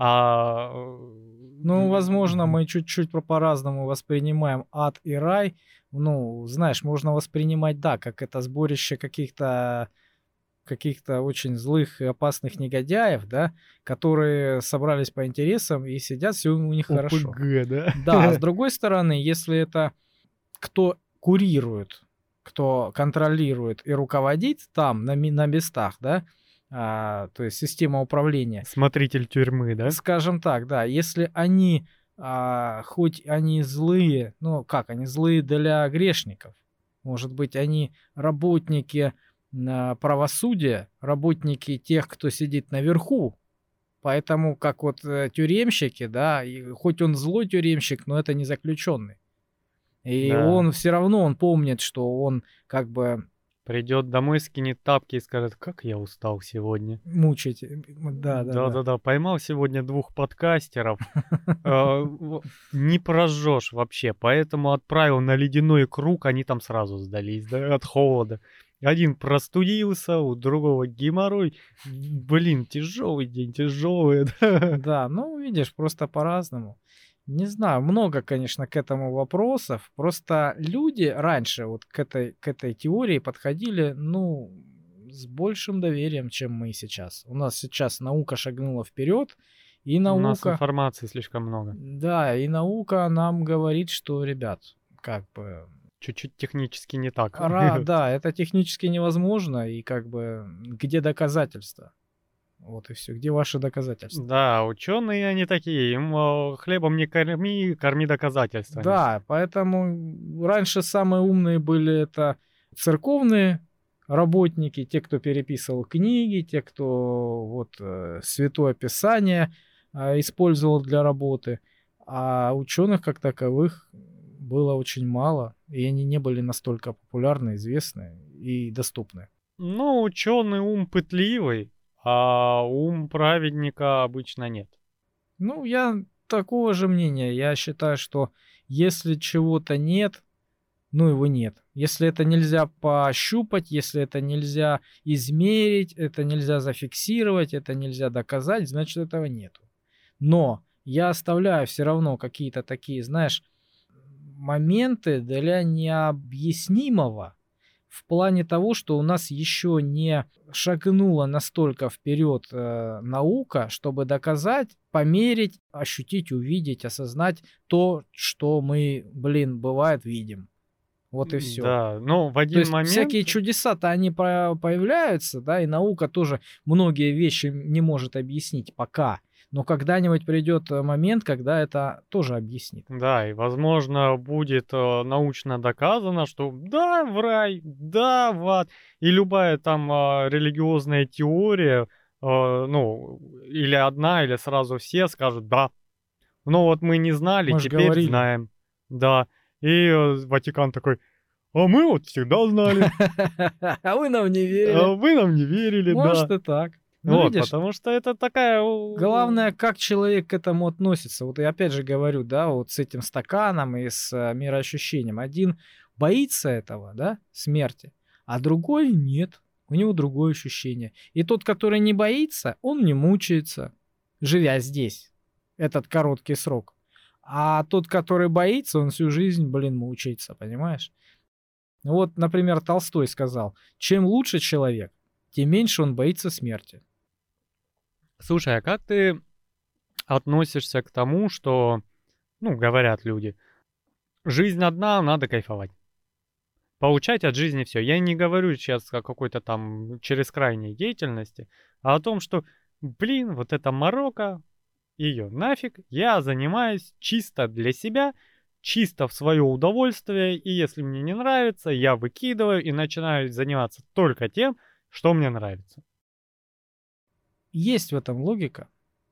А, э, Ну, возможно, мгм. мы чуть-чуть про- по-разному воспринимаем ад и рай. Ну, знаешь, можно воспринимать, да, как это сборище каких-то каких-то очень злых и опасных негодяев, да, которые собрались по интересам и сидят, все у них хорошо. ОПГ, да? Да, а с другой стороны, если это кто курирует, кто контролирует и руководит там, на, ми- на местах, да, а, то есть система управления, Смотритель тюрьмы, да? скажем так, да, если они, а, хоть они злые, ну как, они злые для грешников, может быть, они работники а, правосудия, работники тех, кто сидит наверху, поэтому как вот э, тюремщики, да, и хоть он злой тюремщик, но это не заключенный. И Да. он все равно, он помнит, что он как бы Придет домой, скинет тапки и скажет, как я устал сегодня. мучить. э, м, Да-да-да. Да-да-да, поймал сегодня двух подкастеров. Э, в- Не прожжешь вообще, поэтому отправил на ледяной круг, они там сразу сдались, да, от холода. Один простудился, у другого геморрой. Блин, тяжелый день, тяжелый, да. Да, ну, видишь, просто по-разному. Не знаю, много, конечно, к этому вопросов. Просто люди раньше вот к этой, к этой теории подходили, ну, с большим доверием, чем мы сейчас. У нас сейчас наука шагнула вперед, И У нас наука, информации слишком много. да, и наука нам говорит, что, ребят, как бы, Чуть-чуть технически не так. ра, да, это технически невозможно, и как бы, где доказательства? Вот и все. Где ваши доказательства? Да, ученые они такие, им э, хлебом не корми, корми доказательствами. Да, поэтому раньше самые умные были это церковные работники, те, кто переписывал книги, те, кто вот э, Святое Писание а, использовал для работы, а ученых как таковых было очень мало, и они не были настолько популярны, известны и доступны. Ну, ученый ум пытливый, а ум праведника обычно нет. Ну, я такого же мнения. Я считаю, что если чего-то нет, ну его нет. Если это нельзя пощупать, если это нельзя измерить, это нельзя зафиксировать, это нельзя доказать, значит этого нету. Но я оставляю все равно какие-то такие, знаешь, моменты для необъяснимого в плане того, что у нас еще не шагнула настолько вперед э, наука, чтобы доказать, померить, ощутить, увидеть, осознать то, что мы, блин, бывает, видим. Вот и все. Да, ну в То один есть момент, всякие чудеса-то они по- появляются, да, и наука тоже многие вещи не может объяснить пока. Но когда-нибудь придет э, момент, когда это тоже объяснит. да, и возможно будет э, научно доказано, что да, в рай, да, в ад. И любая там а, религиозная теория, э, ну, или одна, или сразу все скажут да. Ну вот мы не знали, Мы же теперь говорили. знаем. Да. И э, Ватикан такой, а мы вот всегда знали, А вы нам не верили. а вы нам не верили, Может да. и так. Ну, Вот, видишь, потому что это такая... у- главное, как человек к этому относится. Вот я опять же говорю, да, вот с этим стаканом и с э, мироощущением. Один боится этого, да, смерти, а другой нет. У него другое ощущение. И тот, который не боится, он не мучается, живя здесь, этот короткий срок. А тот, который боится, он всю жизнь, блин, мучается, понимаешь? Ну вот, например, Толстой сказал, чем лучше человек, тем меньше он боится смерти. Слушай, а как ты относишься к тому, что, ну, говорят люди, жизнь одна, надо кайфовать. Получать от жизни все. Я не говорю сейчас о какой-то там через крайней деятельности, а о том, что, блин, вот это Марокко, ее нафиг, я занимаюсь чисто для себя, чисто в свое удовольствие, и если мне не нравится, я выкидываю и начинаю заниматься только тем, что мне нравится. Есть в этом логика,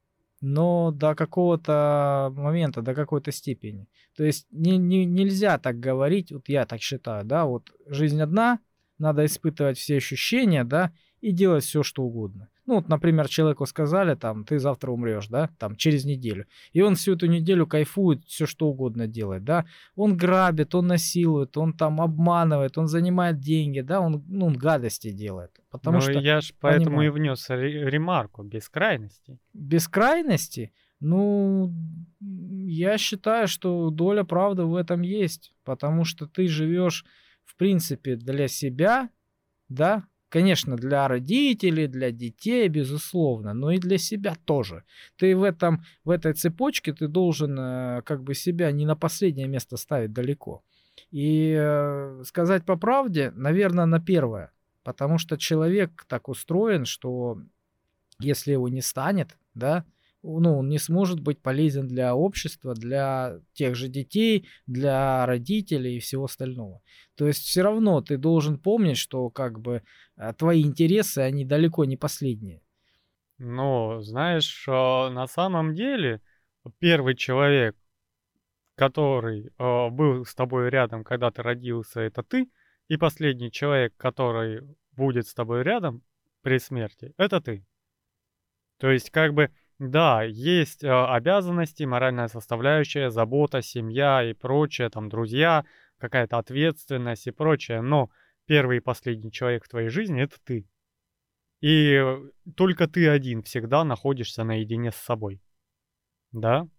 но до какого-то момента, до какой-то степени. То есть не, не, нельзя так говорить, вот я так считаю, да, вот жизнь одна, надо испытывать все ощущения, да, и делать все, что угодно. Ну, вот, например, человеку сказали, там, ты завтра умрешь, да, там, через неделю. И он всю эту неделю кайфует, все, что угодно делает, да. Он грабит, он насилует, он там обманывает, он занимает деньги, да, он, ну, он гадости делает. Потому Ну, что я ж поэтому и понимает. внес ре- ремарку без крайностей. Бескрайности, ну, я считаю, что доля правды в этом есть, потому что ты живешь, в принципе, для себя, да, конечно, для родителей, для детей, безусловно, но и для себя тоже. Ты в этом, в этой цепочке ты должен э, как бы себя не на последнее место ставить далеко. И э, сказать по правде, наверное, на первое, потому что человек так устроен, что если его не станет, да, ну, он не сможет быть полезен для общества, для тех же детей, для родителей и всего остального. То есть все равно ты должен помнить, что как бы э, твои интересы, они далеко не последние. Но, знаешь, а, на самом деле, первый человек, который а, был с тобой рядом, когда ты родился, это ты, и последний человек, который будет с тобой рядом при смерти, это ты. То есть, как бы, да, есть а, обязанности, моральная составляющая, забота, семья и прочее, там, друзья, какая-то ответственность и прочее, но первый и последний человек в твоей жизни — это ты. И э, только ты один всегда находишься наедине с собой, да?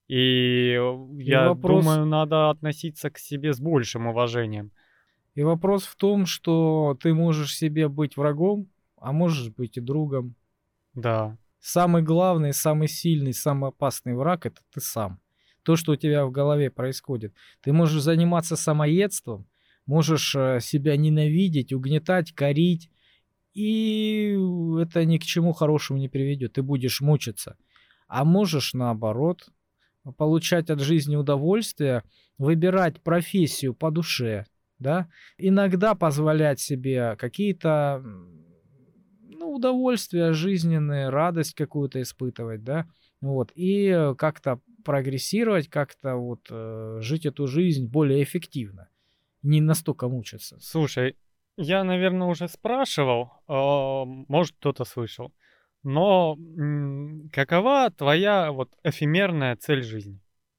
И э, И я вопрос, думаю, надо относиться к себе с большим уважением. и вопрос в том, что ты можешь себе быть врагом, а можешь быть и другом. Да. Самый главный, самый сильный, самый опасный враг — это ты сам. То, что у тебя в голове происходит. Ты можешь заниматься самоедством, можешь э, себя ненавидеть, угнетать, корить, и это ни к чему хорошему не приведет. Ты будешь мучиться. А можешь, наоборот, получать от жизни удовольствие, выбирать профессию по душе, да, иногда позволять себе какие-то, м, ну, удовольствия жизненные, радость какую-то испытывать, да, вот, и э, как-то прогрессировать, как-то вот э, жить эту жизнь более эффективно, не настолько мучиться. Слушай, я, наверное, уже спрашивал, а, может, кто-то слышал, но м, какова твоя вот эфемерная цель жизни?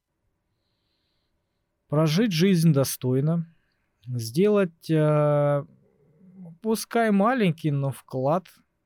Прожить жизнь достойно, сделать, э, пускай маленький, но вклад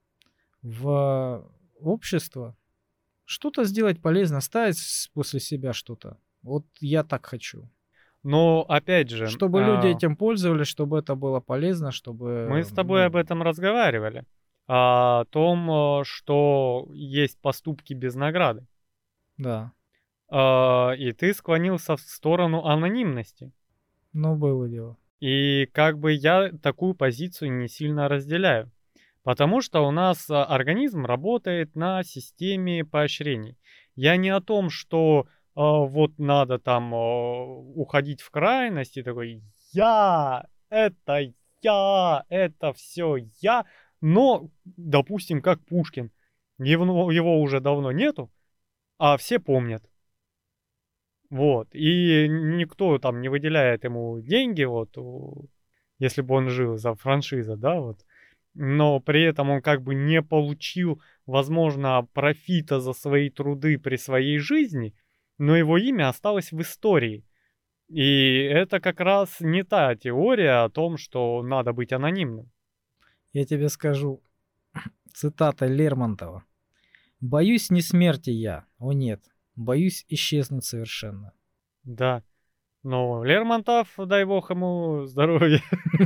в общество, что-то сделать полезно, оставить с- после себя что-то. Вот я так хочу. Но опять же, Чтобы люди а, этим пользовались, чтобы это было полезно, мы чтобы, с тобой об ну, этом разговаривали, о том, а, что есть поступки без награды. да, А, И ты склонился в сторону анонимности. ну, было дело. И как бы я такую позицию не сильно разделяю. Потому что у нас а, организм работает на системе поощрений. Я не о том, что а, вот надо там а, уходить в крайность и такой я, это я, это все я. Но, допустим, как Пушкин, его, его уже давно нету, а все помнят. Вот. И никто там не выделяет ему деньги, вот, у- если бы он жил за франшиза, да, вот. Но при этом он как бы не получил, возможно, профита за свои труды при своей жизни, но его имя осталось в истории. И это как раз не та теория о том, что надо быть анонимным. Я тебе скажу, цитата Лермонтова. «Боюсь не смерти я, о нет, боюсь исчезнуть совершенно». Да. Но Лермонтов, дай бог ему здоровья,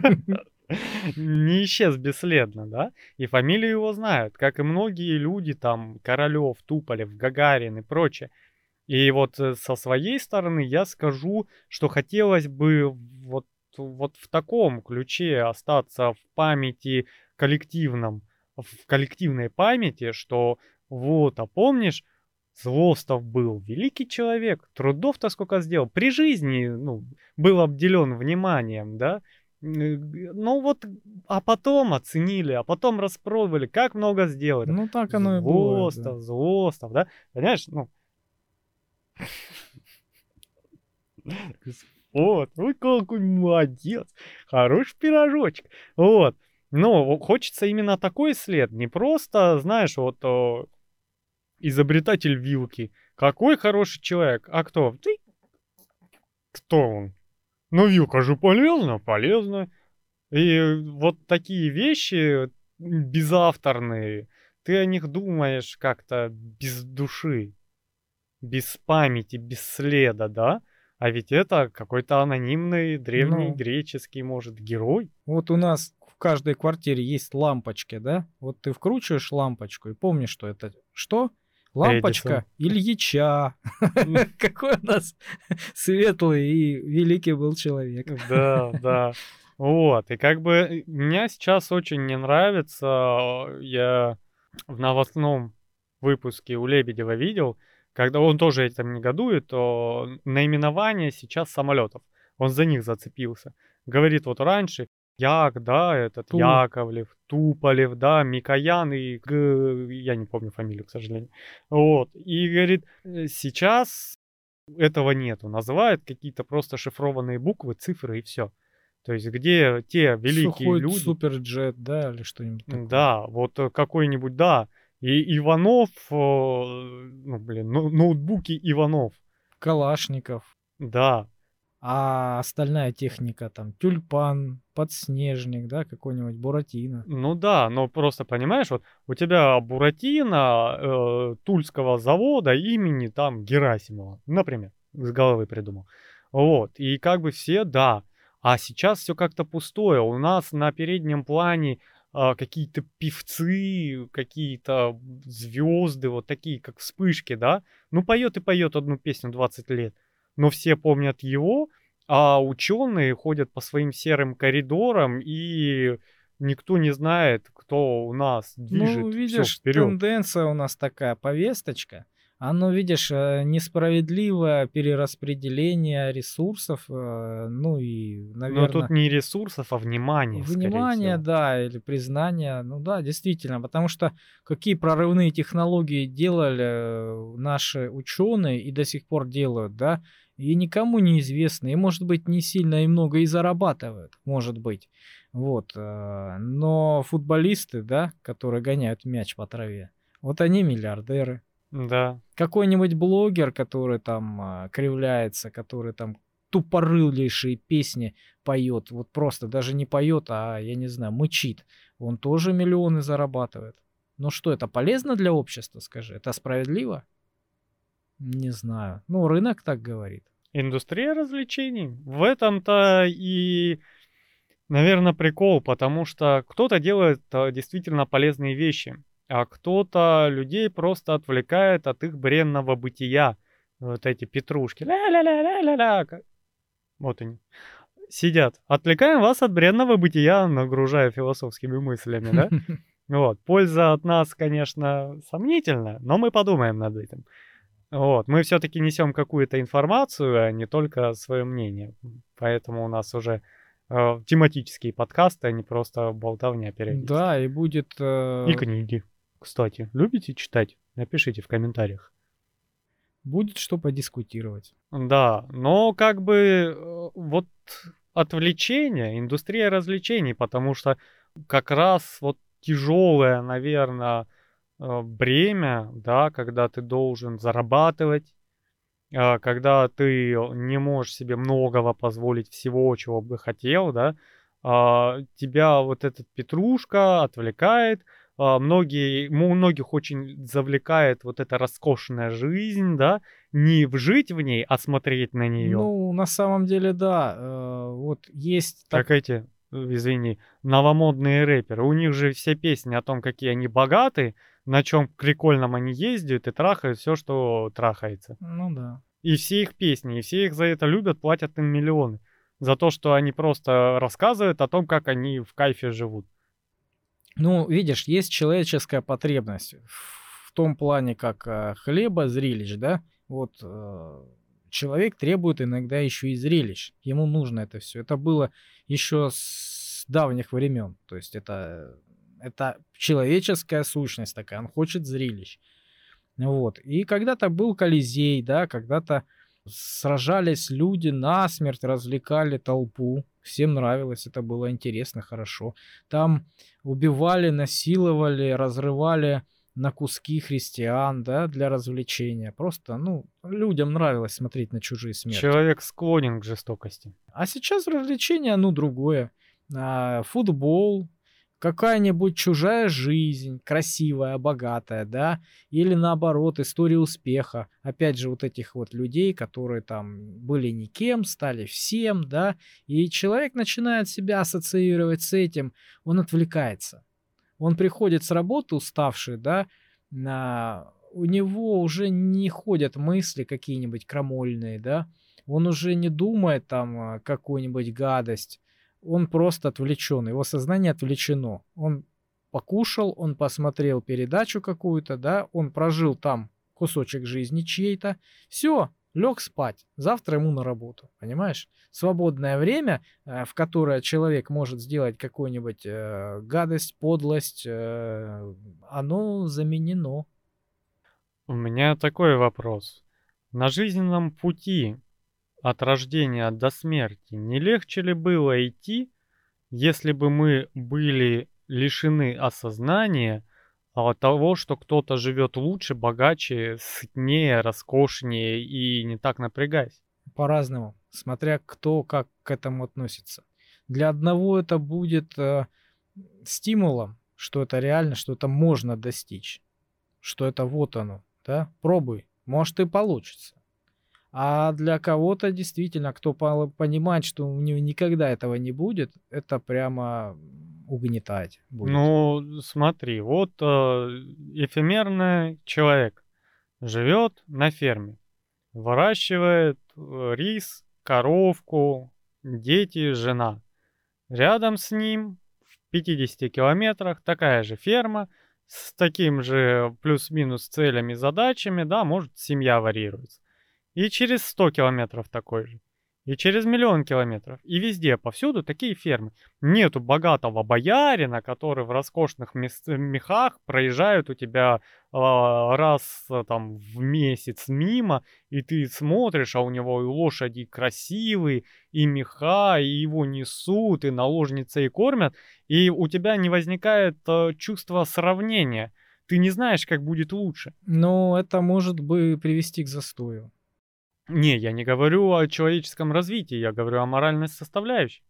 не исчез бесследно, да? И фамилию его знают, как и многие люди, там, Королёв, Туполев, Гагарин и прочее. И вот э, со своей стороны я скажу, что хотелось бы вот, вот в таком ключе остаться в памяти коллективном, в коллективной памяти, что вот, а помнишь, Злостов был великий человек, трудов-то сколько сделал. При жизни, ну, был обделен вниманием, да. М, э, г- Ну вот, а потом оценили, а потом распробовали, как много сделали. Ну, так оно и бывает, да. Злостов, Злостов, да. Понимаешь, ну, вот, ой, какой молодец, хороший пирожочек. Вот. Но хочется именно такой след, не просто, знаешь, вот о, изобретатель вилки. Какой хороший человек. А кто? Ты кто он? Ну, вилка же полезна, полезна. И вот такие вещи м, безавторные, ты о них думаешь как-то без души, без памяти, без следа, да? А ведь это какой-то анонимный древний Ну, греческий, может, герой. вот у нас в каждой квартире есть лампочки, да? Вот ты вкручиваешь лампочку и помнишь, что это что? Эдисон. Лампочка Ильича. М, Какой у нас светлый и великий был человек. Да, да. Вот. И как бы э, меня сейчас очень не нравится. а, Я в новостном выпуске у Лебедева видел, когда он тоже этим негодует, то наименование сейчас самолетов. Он за них зацепился. Говорит, вот раньше Як, да, этот Ту. Яковлев, Туполев, да, Микоян и Г... я не помню фамилию, к сожалению. Вот. И говорит, «Э, сейчас этого нету. Называют какие-то просто шифрованные буквы, цифры и все. То есть где те великие Сухой люди, суперджет, да, или что-нибудь такое. да, вот э, какой-нибудь, да, и Иванов, э, ну, блин, ну, ноутбуки Иванов, Калашников. да, А остальная техника там тюльпан, подснежник, да, какой-нибудь Буратино. ну да, но просто понимаешь, вот у тебя Буратино э, Тульского завода имени там Герасимова, например, с головы придумал. Вот, и как бы все, да, а сейчас все как-то пустое. У нас на переднем плане а, какие-то певцы, какие-то звезды, вот такие, как вспышки, да. Ну, поет и поет одну песню двадцать лет, но все помнят его, а ученые ходят по своим серым коридорам, и никто не знает, кто у нас Ну, движет все видишь, вперед. тенденция у нас такая, повесточка. Оно, видишь, э, несправедливое перераспределение ресурсов, э, ну и, Но тут наверное, не ресурсов, а внимания, скорее внимание, всего. да, или признание. Ну да, действительно, потому что какие прорывные технологии делали э, наши ученые и до сих пор делают, да, и никому не известно, и, может быть, не сильно и много и зарабатывают, может быть. Вот. э, Но футболисты, да, которые гоняют мяч по траве, вот они миллиардеры. Да. Какой-нибудь блогер, который там а, кривляется, который там тупорылейшие песни поет, вот просто даже не поет, а, я не знаю, мычит, он тоже миллионы зарабатывает. Ну что, это полезно для общества, скажи? Это справедливо? Не знаю. Ну, рынок так говорит. Индустрия развлечений. В этом-то и, наверное, прикол, потому что кто-то делает а, действительно полезные вещи, а кто-то людей просто отвлекает от их бренного бытия. Вот эти петрушки. Ля-ля-ля-ля-ля-ля. ка- Вот они. Сидят. Отвлекаем вас от бренного бытия, нагружая философскими мыслями, да? Вот. Польза от нас, конечно, сомнительна, но мы подумаем над этим. Вот. Мы все-таки несем какую-то информацию, а не только свое мнение. Поэтому у нас уже э, тематические подкасты, а не просто болтовня периодически. Да, и будет, И э, книги, кстати. Любите читать? Напишите в комментариях. будет что подискутировать. Да, но как бы э, вот отвлечение, индустрия развлечений, потому что как раз вот тяжелое, наверное, бремя, да, когда ты должен зарабатывать, а, когда ты не можешь себе многого позволить, всего, чего бы хотел, да, а, тебя вот этот петрушка отвлекает, а, многие, му- многих очень завлекает вот эта роскошная жизнь, да, не вжить в ней, а смотреть на нее, Ну, на самом деле, да, э, вот есть так. как эти, э, извини, новомодные рэперы. У них же все песни о том, какие они богаты, на чем прикольном они ездят и трахают все, что трахается. Ну да. И все их песни, и все их за это любят, платят им миллионы. За то, что они просто рассказывают о том, как они в кайфе живут. Ну, видишь, есть человеческая потребность в том плане, как э, хлеба, зрелищ, да. Вот э, человек требует иногда еще и зрелищ. Ему нужно это все. Это было еще с давних времен. То есть это, это человеческая сущность такая. Он хочет зрелищ. Вот. И когда-то был Колизей, да, когда-то сражались люди насмерть, развлекали толпу. Всем нравилось, это было интересно, хорошо. Там убивали, насиловали, разрывали на куски христиан, да, для развлечения. Просто, ну, людям нравилось смотреть на чужие смерти. Человек склонен к жестокости. А сейчас развлечение, ну, другое. А, футбол, какая-нибудь чужая жизнь, красивая, богатая, да, или наоборот, история успеха. Опять же, вот этих вот людей, которые там были никем, стали всем, да, и человек начинает себя ассоциировать с этим, он отвлекается. Он приходит с работы уставший, да, на... у него уже не ходят мысли какие-нибудь крамольные, да, он уже не думает там а, какую-нибудь гадость, он просто отвлечен, его сознание отвлечено. Он покушал, он посмотрел передачу какую-то, да, он прожил там кусочек жизни чьей-то, все, лег спать, завтра ему на работу, понимаешь? Свободное время, э, в которое человек может сделать какую-нибудь э, гадость, подлость, э, оно заменено. У меня такой вопрос. На жизненном пути от рождения до смерти не легче ли было идти, если бы мы были лишены осознания а, того, что кто-то живет лучше, богаче, сытнее, роскошнее и не так напрягаясь? По-разному, смотря кто как к этому относится. Для одного это будет э, стимулом, что это реально, что это можно достичь, что это вот оно, да, пробуй, может и получится. А для кого-то действительно, кто пол- понимает, что у него никогда этого не будет, это прямо угнетать будет. Ну, смотри, вот э, эфемерный человек живет на ферме, выращивает э, рис, коровку, дети, жена. Рядом с ним в пятидесяти километрах такая же ферма с таким же плюс-минус целями, задачами, да, может, семья варьируется. И через сто километров такой же. И через миллион километров. И везде, повсюду такие фермы. Нету богатого боярина, который в роскошных мес- мехах проезжает у тебя а, раз а, там в месяц мимо, и ты смотришь, а у него и лошади красивые, и меха, и его несут, и наложницы и кормят, и у тебя не возникает а, чувства сравнения. Ты не знаешь, как будет лучше. Но это может бы привести к застою. Не, я не говорю о человеческом развитии, я говорю о моральной составляющей.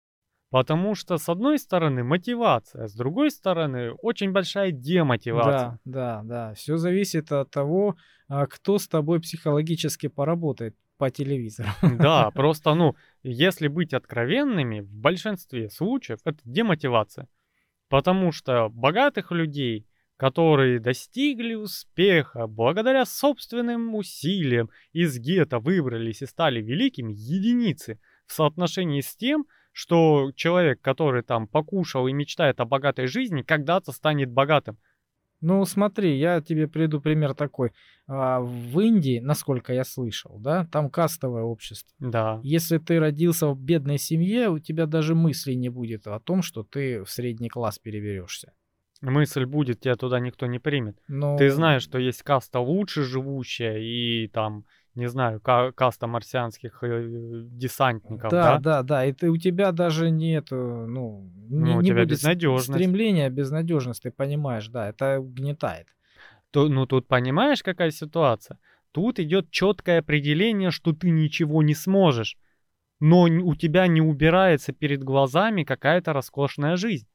Потому что, с одной стороны, мотивация, а с другой стороны, очень большая демотивация. Да, да, да. Все зависит от того, а, кто с тобой психологически поработает по телевизору. Да, просто, ну, если быть откровенными, в большинстве случаев это демотивация. Потому что богатых людей, которые достигли успеха, благодаря собственным усилиям из гетто выбрались и стали великими, единицы в соотношении с тем, что человек, который там покушал и мечтает о богатой жизни, когда-то станет богатым. Ну, смотри, я тебе приведу пример такой. А, В Индии, насколько я слышал, да, там кастовое общество. Да. Если ты родился в бедной семье, у тебя даже мысли не будет о том, что ты в средний класс переберешься. Мысль будет, тебя туда никто не примет. Но Ты знаешь, что есть каста лучше живущая и там, не знаю, ка- каста марсианских э, десантников, да, да? да, да, и ты, у тебя даже нет, э, ну, не, Ну, у не тебя будет с- безнадежность. стремления, безнадежность, ты понимаешь, да, это угнетает. То, ну, тут понимаешь, какая ситуация? Тут идет четкое определение, что ты ничего не сможешь, но н- у тебя не убирается перед глазами какая-то роскошная жизнь.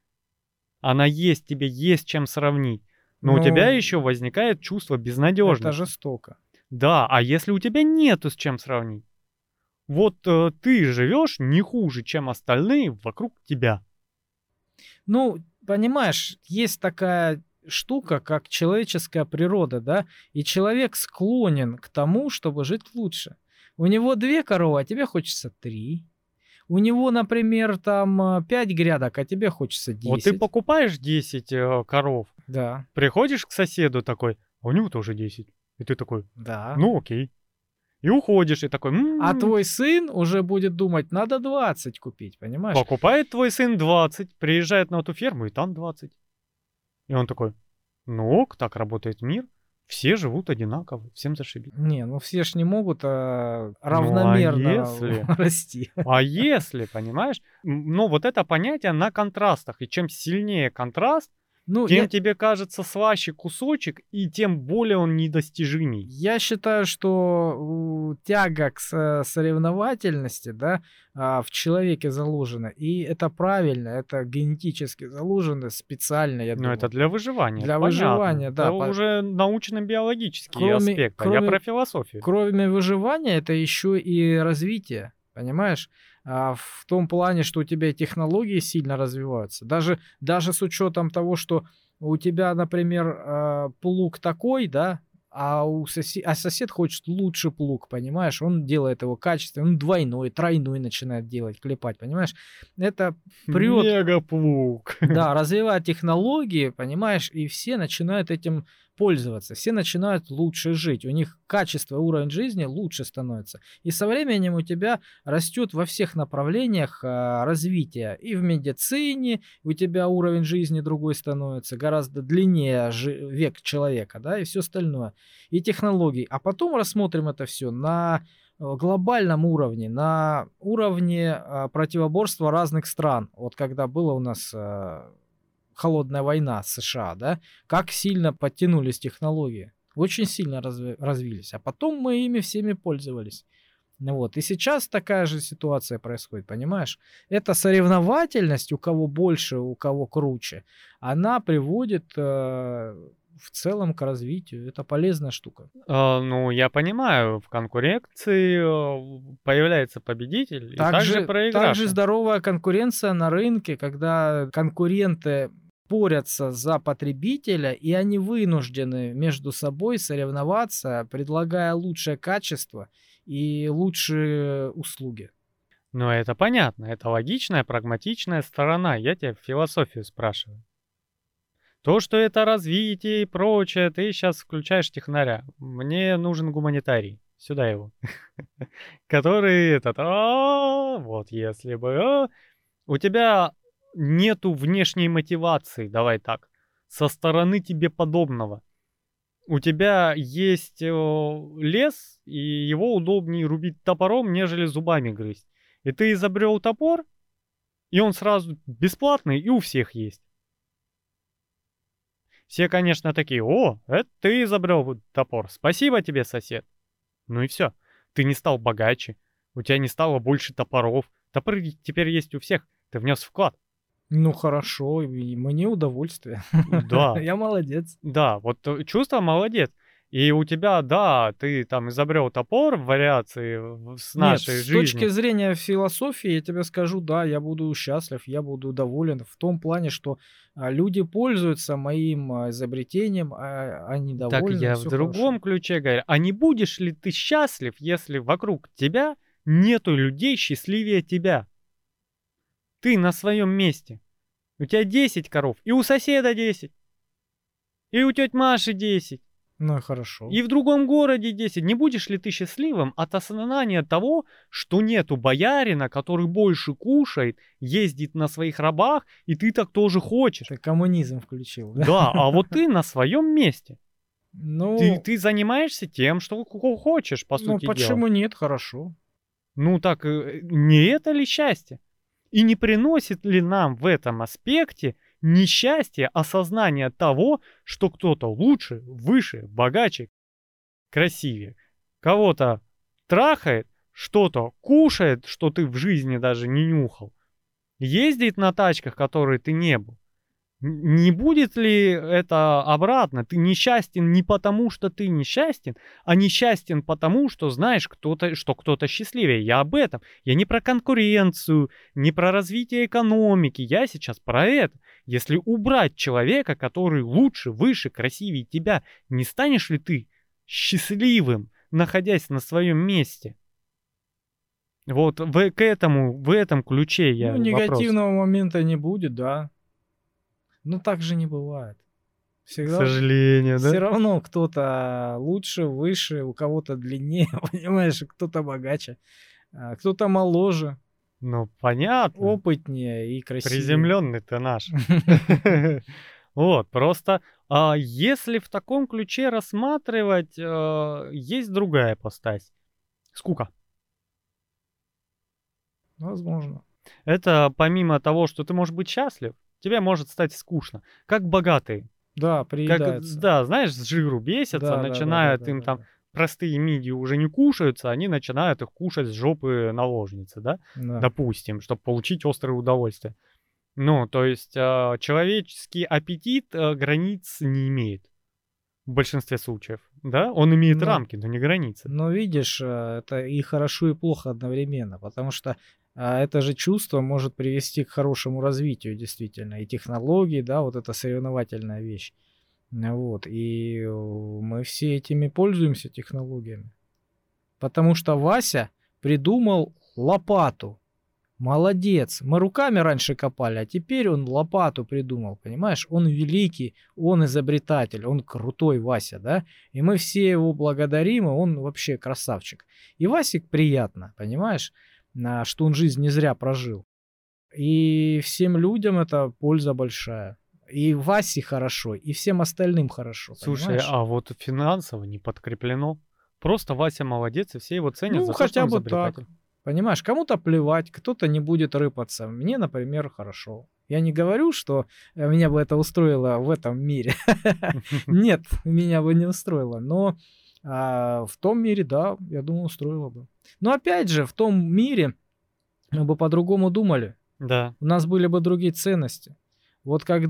Она есть, тебе есть чем сравнить. Но у тебя Ну, еще возникает чувство это безнадежности. жестоко. Да, а если у тебя нету с чем сравнить? Вот э, ты живешь не хуже, чем остальные вокруг тебя. Ну, понимаешь, есть такая штука, как человеческая природа, да, и человек склонен к тому, чтобы жить лучше. У него две коровы, а тебе хочется три. У него, например, там а, пять грядок, а тебе хочется Вот ты десять. покупаешь десять э, коров, Да, приходишь к соседу такой, а у него тоже десять. И ты такой, да. ну окей. И уходишь, и такой, А «М, твой сын уже будет думать, надо двадцать купить, понимаешь? покупает твой сын двадцать, приезжает на эту ферму, и там двадцать. И он такой, ну ок, так работает мир. Все живут одинаково, всем зашибись. Не, ну все ж не могут а, Ну а равномерно если? расти. А если, понимаешь? М, Ну вот это понятие на контрастах. И чем сильнее контраст, Ну, тем я, тебе кажется слаще кусочек, и тем более он недостижимей. Я считаю, что у- тяга к со- соревновательности, да, а, в человеке заложена, и это правильно, это генетически заложено специально, я Но думаю. это для выживания, Для это понятно. выживания, Это да. по- уже научно-биологический Кроме, аспект, а я кроме, про философию. кроме выживания, это еще и развитие, понимаешь? А, в том плане, что у тебя технологии сильно развиваются. Даже, даже с учетом того, что у тебя, например, а, плуг такой, да, а, у сосе- а сосед хочет лучше плуг, понимаешь? Он делает его качественно, он двойной, тройной начинает делать, клепать, понимаешь? Это прет, Мегаплуг. да, развивает технологии, понимаешь, и все начинают этим пользоваться, все начинают лучше жить, у них качество, уровень жизни лучше становится. И со временем у тебя растет во всех направлениях а, развития. И в медицине у тебя уровень жизни другой становится, гораздо длиннее жи- век человека, да, и все остальное. И технологии. А потом рассмотрим это все на э, глобальном уровне, на уровне а, противоборства разных стран. Вот когда было у нас а, холодная война с США, да, как сильно подтянулись технологии, очень сильно разви- развились, а потом мы ими всеми пользовались. Ну вот, и сейчас такая же ситуация происходит, понимаешь? Эта соревновательность, у кого больше, у кого круче, она приводит э, в целом к развитию. Это полезная штука. А, ну, я понимаю, в конкуренции э, появляется победитель и также Также, также проигравший. здоровая конкуренция на рынке, когда конкуренты борются за потребителя, и они вынуждены между собой соревноваться, предлагая лучшее качество и лучшие услуги. Ну, это понятно, это логичная, прагматичная сторона. Я тебя философию спрашиваю. То, что это развитие и прочее, ты сейчас включаешь технаря. Мне нужен гуманитарий. Сюда его. Который этот... «А, вот если бы... а». У тебя нету внешней мотивации, давай так, со стороны тебе подобного. У тебя есть э, лес, и его удобнее рубить топором, нежели зубами грызть. И ты изобрел топор, и он сразу бесплатный, и у всех есть. Все, конечно, такие: о, это ты изобрел вот топор, спасибо тебе, сосед. Ну и все. Ты не стал богаче, у тебя не стало больше топоров. Топоры теперь есть у всех, ты внес вклад. Ну хорошо, и мне удовольствие. Да, Я молодец. да, вот э, чувство молодец. И у тебя, да, ты там изобрел топор в вариации в- с Нет, нашей с точки жизни. зрения философии, я тебе скажу, да, я буду счастлив, я буду доволен в том плане, что а, люди пользуются моим а, изобретением, а они Так довольны, я в все другом хорошо. ключе говорю. А не будешь ли ты счастлив, если вокруг тебя нету людей счастливее тебя? Ты на своем месте. У тебя десять коров, и у соседа десять, и у тети Маши десять, Ну и хорошо. и в другом городе десять. Не будешь ли ты счастливым от осознания того, что нету боярина, который больше кушает, ездит на своих рабах, и ты так тоже хочешь? Ты коммунизм включил, да? Да, а вот ты на своем месте. Ты, Ну, ты занимаешься тем, что хо- хочешь, по ну сути дела. почему нет, хорошо. Ну так э, не это ли счастье? И не приносит ли нам в этом аспекте несчастье осознание того, что кто-то лучше, выше, богаче, красивее, кого-то трахает, что-то кушает, что ты в жизни даже не нюхал, ездит на тачках, которые ты не был. Н- Не будет ли это обратно? Ты несчастен не потому, что ты несчастен, а несчастен потому, что знаешь, кто-то, что кто-то счастливее. Я об этом. Я не про конкуренцию, не про развитие экономики. Я сейчас про это. Если убрать человека, который лучше, выше, красивее тебя, не станешь ли ты счастливым, находясь на своем месте? Вот в, к этому, в этом ключе я Ну, вопрос. негативного момента не будет, да. Но так же не бывает. К Всегда, сожалению, все да? равно кто-то лучше, выше, у кого-то длиннее, понимаешь, кто-то богаче, а, кто-то моложе, Ну, понятно. опытнее и красивее. Приземленный ты наш. Вот, просто а, если в таком ключе рассматривать, э, есть другая постась. Скука. Возможно. Это помимо того, что ты можешь быть счастлив, тебе может стать скучно. Как богатые. Да, Как, приедается. да, знаешь, с жиру бесятся, Да, да, да, да, начинают да, им да, там да. простые мидии уже не кушаются, они начинают их кушать с жопы наложницы, да? Да. Допустим, чтобы получить острое удовольствие. Ну, то есть а, человеческий аппетит а, границ не имеет в большинстве случаев, да? Он имеет Ну, рамки, но не границы. Но видишь, э, это и хорошо, и плохо одновременно, потому что а, это же чувство может привести к хорошему развитию, действительно, и технологии, да, вот эта соревновательная вещь. Э, Вот, и э, мы все этими пользуемся технологиями. Потому что Вася придумал лопату. Молодец. Мы руками раньше копали, а теперь он лопату придумал, понимаешь? Он великий, он изобретатель, он крутой Вася, да? И мы все его благодарим, и он вообще красавчик. И Васик приятно, понимаешь, на- что он жизнь не зря прожил. И всем людям это польза большая. И Васе хорошо, и всем остальным хорошо, Слушай, понимаешь? а вот финансово не подкреплено. Просто Вася молодец, и все его ценят Ну, за то, что хотя он бы так. изобретатель. Понимаешь, кому-то плевать, кто-то не будет рыпаться. Мне, например, хорошо. Я не говорю, что э, меня бы это устроило в этом мире. Нет, меня бы не устроило. Но а, в том мире, да, я думаю, устроило бы. Но опять же, в том мире мы бы по-другому думали. Да. У нас были бы другие ценности. Вот когда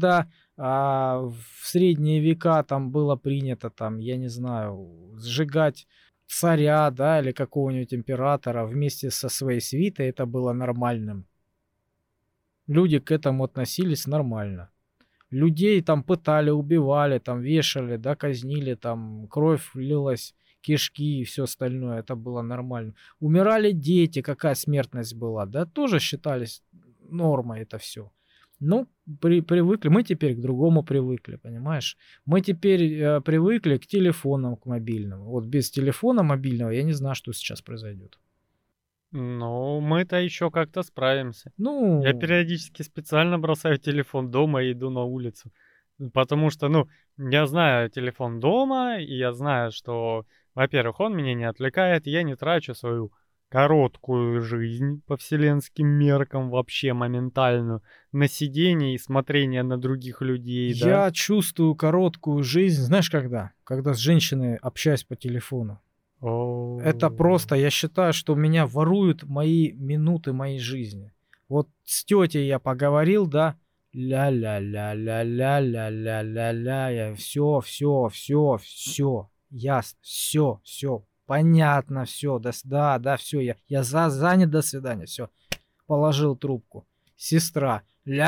А в средние века там было принято, там, я не знаю, сжигать царя, да, или какого-нибудь императора вместе со своей свитой, это было нормальным. Люди к этому относились нормально. Людей там пытали, убивали, там вешали, да, казнили, там кровь лилась, кишки и все остальное. Это было нормально. Умирали дети, какая смертность была, да, тоже считались нормой это все. Ну, при, привыкли, мы теперь к другому привыкли, понимаешь? Мы теперь э, привыкли к телефонам, к мобильным. Вот без телефона мобильного я не знаю, что сейчас произойдет. Ну, мы-то еще как-то справимся. Я Ну, периодически специально бросаю телефон дома и иду на улицу. Потому что, ну, я знаю телефон дома, и я знаю, что, во-первых, он меня не отвлекает, я не трачу свою короткую жизнь по вселенским меркам вообще моментальную на сидение и смотрение на других людей, да. я чувствую короткую жизнь, знаешь, когда? Когда с женщиной общаюсь по телефону. Это О, просто, я считаю, что меня воруют мои минуты моей жизни. Вот с тетей я поговорил, да, ля-ля-ля-ля-ля-ля-ля-ля-ля, я все, все, все, все, ясно, все, все, понятно, все, да, с- да, да, все, я, я за, занят, до свидания, все, положил трубку. Сестра,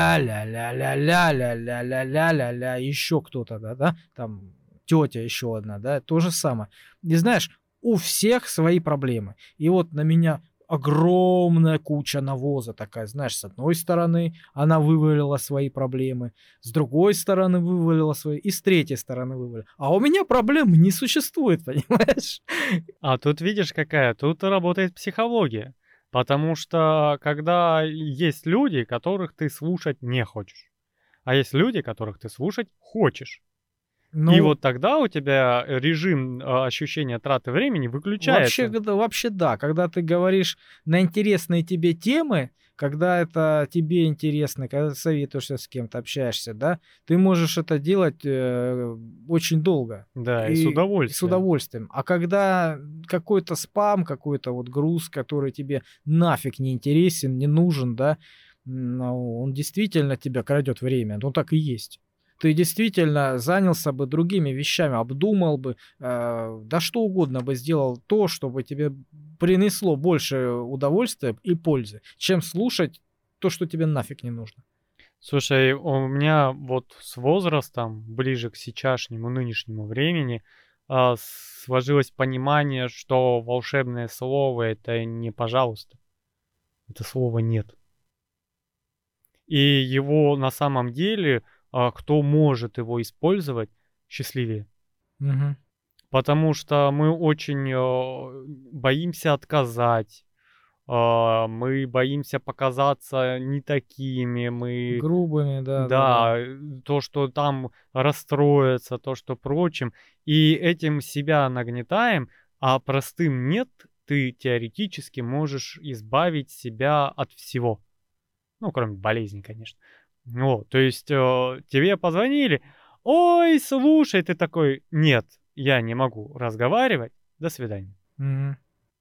ля-ля-ля-ля-ля-ля-ля-ля-ля-ля-ля, еще кто-то, да, да, там тетя еще одна, да, то же самое. И знаешь, у всех свои проблемы. И вот на меня огромная куча навоза такая, знаешь, с одной стороны она вывалила свои проблемы, с другой стороны вывалила свои, и с третьей стороны вывалила. А у меня проблем не существует, понимаешь? а тут видишь какая, тут работает психология. Потому что когда есть люди, которых ты слушать не хочешь, а есть люди, которых ты слушать хочешь. И Ну, вот тогда у тебя режим, а, ощущения траты времени вообще, выключается. гда вообще да. Когда ты говоришь на интересные тебе темы, когда это тебе интересно, когда ты советуешься с кем-то, общаешься, да, ты можешь это делать, э, очень долго Да, и с и и с удовольствием. удовольствием. А когда какой-то спам, какой-то вот груз, который тебе нафиг не интересен, не нужен, да, ну, он действительно тебя крадет время. Ну, так и есть. Ты действительно занялся бы другими вещами, обдумал бы, э, да что угодно бы сделал то, чтобы тебе принесло больше удовольствия и пользы, чем слушать то, что тебе нафиг не нужно. Слушай, у меня вот с возрастом, ближе к сейчасшнему, нынешнему времени, а, сложилось понимание, что волшебное слово — это не "пожалуйста", это слово "нет". И его на самом деле, а, кто может его использовать, счастливее. Мгм. Потому что мы очень, э, боимся отказать, а, мы боимся показаться не такими, мы Грубыми, да-да-да. да, э, то, что там расстроятся, то, что прочим. И этим себя нагнетаем, а простым "нет" ты теоретически можешь избавить себя от всего. Ну, кроме болезней, конечно. Вот, то есть, э, тебе позвонили: "Ой, слушай", ты такой: "Нет, я не могу разговаривать, до свидания". Мгм.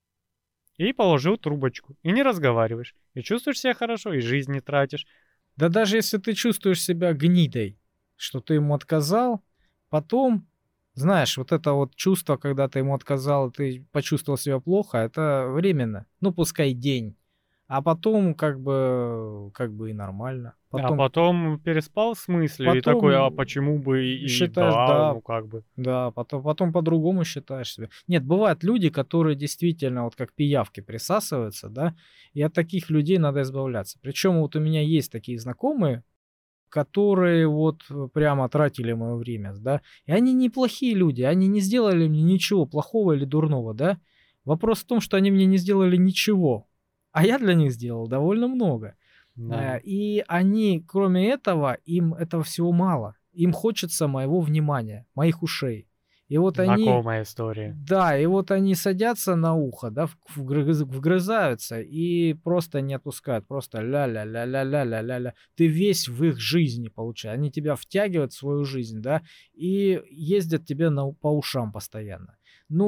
И положил трубочку, и не разговариваешь, и чувствуешь себя хорошо, и жизнь не тратишь. Да даже если ты чувствуешь себя гнидой, что ты ему отказал, потом, знаешь, вот это вот чувство, когда ты ему отказал, ты почувствовал себя плохо, это временно. Ну, пускай день. А потом как бы как бы и нормально. А Потом потом переспал с мыслью и такой: "А потом почему бы и считаешь, да, да, ну как бы". да, потом потом по-другому считаешь себя. Нет, бывают люди, которые действительно вот как пиявки присасываются, да, и от таких людей надо избавляться. Причем вот у меня есть такие знакомые, которые вот, э, прямо тратили моё время, да. И они неплохие люди, они не сделали мне ничего плохого или дурного, да. Вопрос в том, что они мне не сделали ничего, а я для них сделал довольно много. Э, Да, и они, кроме этого, им этого всего мало. Им хочется моего внимания, моих ушей. И вот они знакомая история. да, и вот они садятся на ухо, да, в вгрыз вгрызаются и просто не отпускают. Просто ля-ля-ля-ля-ля-ля-ля-ля. Ты весь в их жизни, получается. Они тебя втягивают в свою жизнь, да, и ездят тебе на у по ушам постоянно. Ну,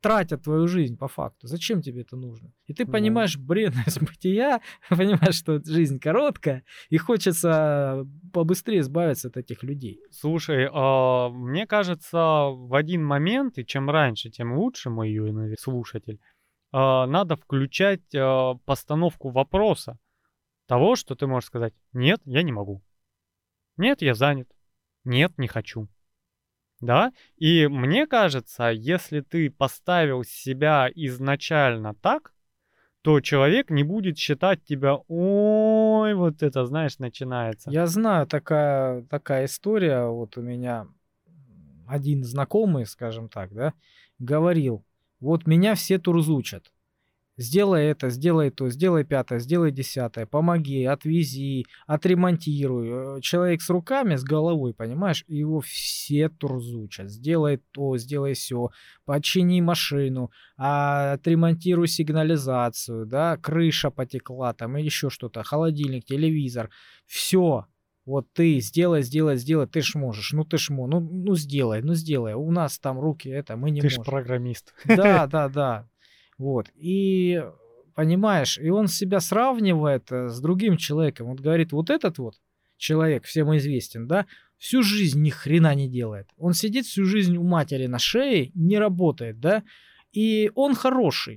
тратят твою жизнь по факту. Зачем тебе это нужно? И ты Ну. понимаешь бренность бытия, понимаешь, что жизнь короткая, и хочется побыстрее избавиться от этих людей. Слушай, а, мне кажется, в один момент, и чем раньше, тем лучше, мой юный слушатель, а, надо включать а, постановку вопроса того, что ты можешь сказать: нет, я не могу. Нет, я занят. Нет, не хочу. Да? И мне кажется, если ты поставил себя изначально так, то человек не будет считать тебя, ой, вот это, знаешь, начинается. Я знаю, такая, такая история. Вот у меня один знакомый, скажем так, да, говорил: вот меня все турзучат. Сделай это, сделай то, сделай пятое, сделай десятое, помоги, отвези, отремонтируй. Э, Человек с руками, с головой, понимаешь, его все турзучат. Сделай то, сделай все, почини машину, а, отремонтируй сигнализацию, да, крыша потекла, там, или еще что-то, холодильник, телевизор. Все. Вот ты сделай, сделай, сделай, ты ж можешь, ну ты ж можешь, ну, ну сделай, ну сделай. У нас там руки это, мы не Ты ж можем. программист. Да, да, да. Вот. И понимаешь, и он себя сравнивает э, с другим человеком. Вот говорит, вот этот вот человек, всем известен, да, всю жизнь ни хрена не делает. Он сидит всю жизнь у матери на шее, не работает, да, и он хороший.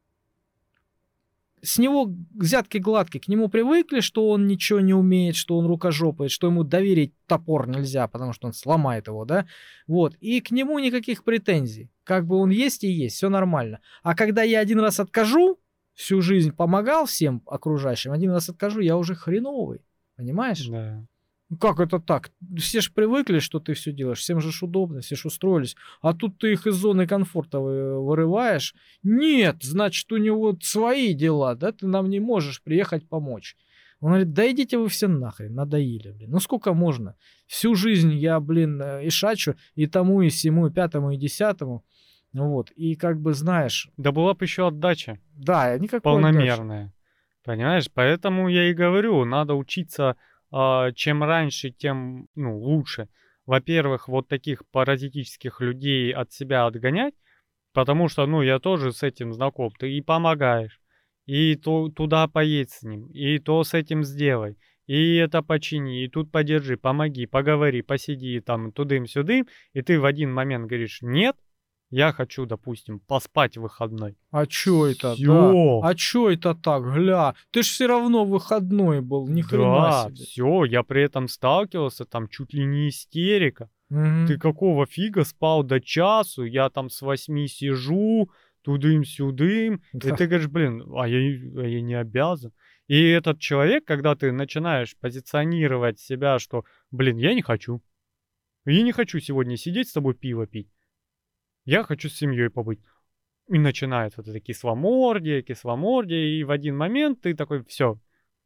С него взятки гладкие, к нему привыкли, что он ничего не умеет, что он рукожопает, что ему доверить топор нельзя, потому что он сломает его, да, вот, и к нему никаких претензий, как бы он есть и есть, все нормально. А когда я один раз откажу, всю жизнь помогал всем окружающим, один раз откажу, я уже хреновый, понимаешь? Да. Ну как это так? Все ж привыкли, что ты все делаешь, всем же ж удобно, все ж устроились. А тут ты их из зоны комфорта вы- вырываешь. Нет, значит, у него свои дела, да, ты нам не можешь приехать помочь. Он говорит, да идите вы все нахрен, надоели, блин. Ну сколько можно? Всю жизнь я, блин, э, и шачу, и тому, и сему, и пятому, и десятому. Ну вот, и как бы знаешь, Да была бы еще отдача да, никакой отдачи. полномерная. Понимаешь? Поэтому я и говорю, надо учиться, а, чем раньше, тем, ну, лучше. Во-первых, вот таких паразитических людей от себя отгонять, потому что, ну, я тоже с этим знаком. Ты и помогаешь, и то, туда поедь с ним, и то с этим сделай, и это почини, и тут подержи, помоги, поговори, посиди там тудым-сюдым, и ты в один момент говоришь: нет, я хочу, допустим, поспать в выходной. А чё это, да? Всё. А чё это так, гля? Ты ж все равно выходной был, ни хрена Да, себе. все, я при этом сталкивался, там чуть ли не истерика. Мгм. Ты какого фига спал до часу? Я там с восьми сижу, тудым-сюдым. И Да. ты говоришь, блин, а я, и- а я не обязан. И этот человек, когда ты начинаешь позиционировать себя, что, блин, я не хочу. Я не хочу сегодня сидеть с тобой пиво пить. Я хочу с семьей побыть. И начинается вот это кисломордие, кисломордие, и в один момент ты такой, все.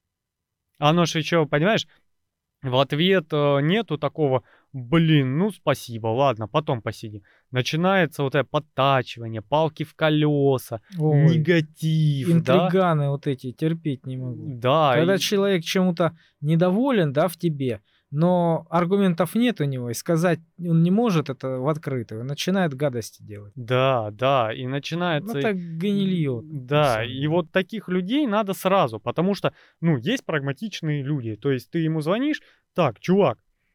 Оно же еще, понимаешь, в ответ э, нету такого, блин, ну спасибо, ладно, потом посиди. Начинается вот это подтачивание, палки в колеса, Ой, негатив, да? интриганы вот эти терпеть не могу. Да, Когда и- человек чему-то недоволен, да, в тебе, но аргументов нет у него, и сказать он не может это в открытую, начинает гадости делать. да, да, и Ну, начинается... это гнилье. на Да, самом и деле. вот таких людей надо сразу, потому что, ну, есть прагматичные люди. То есть ты ему звонишь, так, чувак,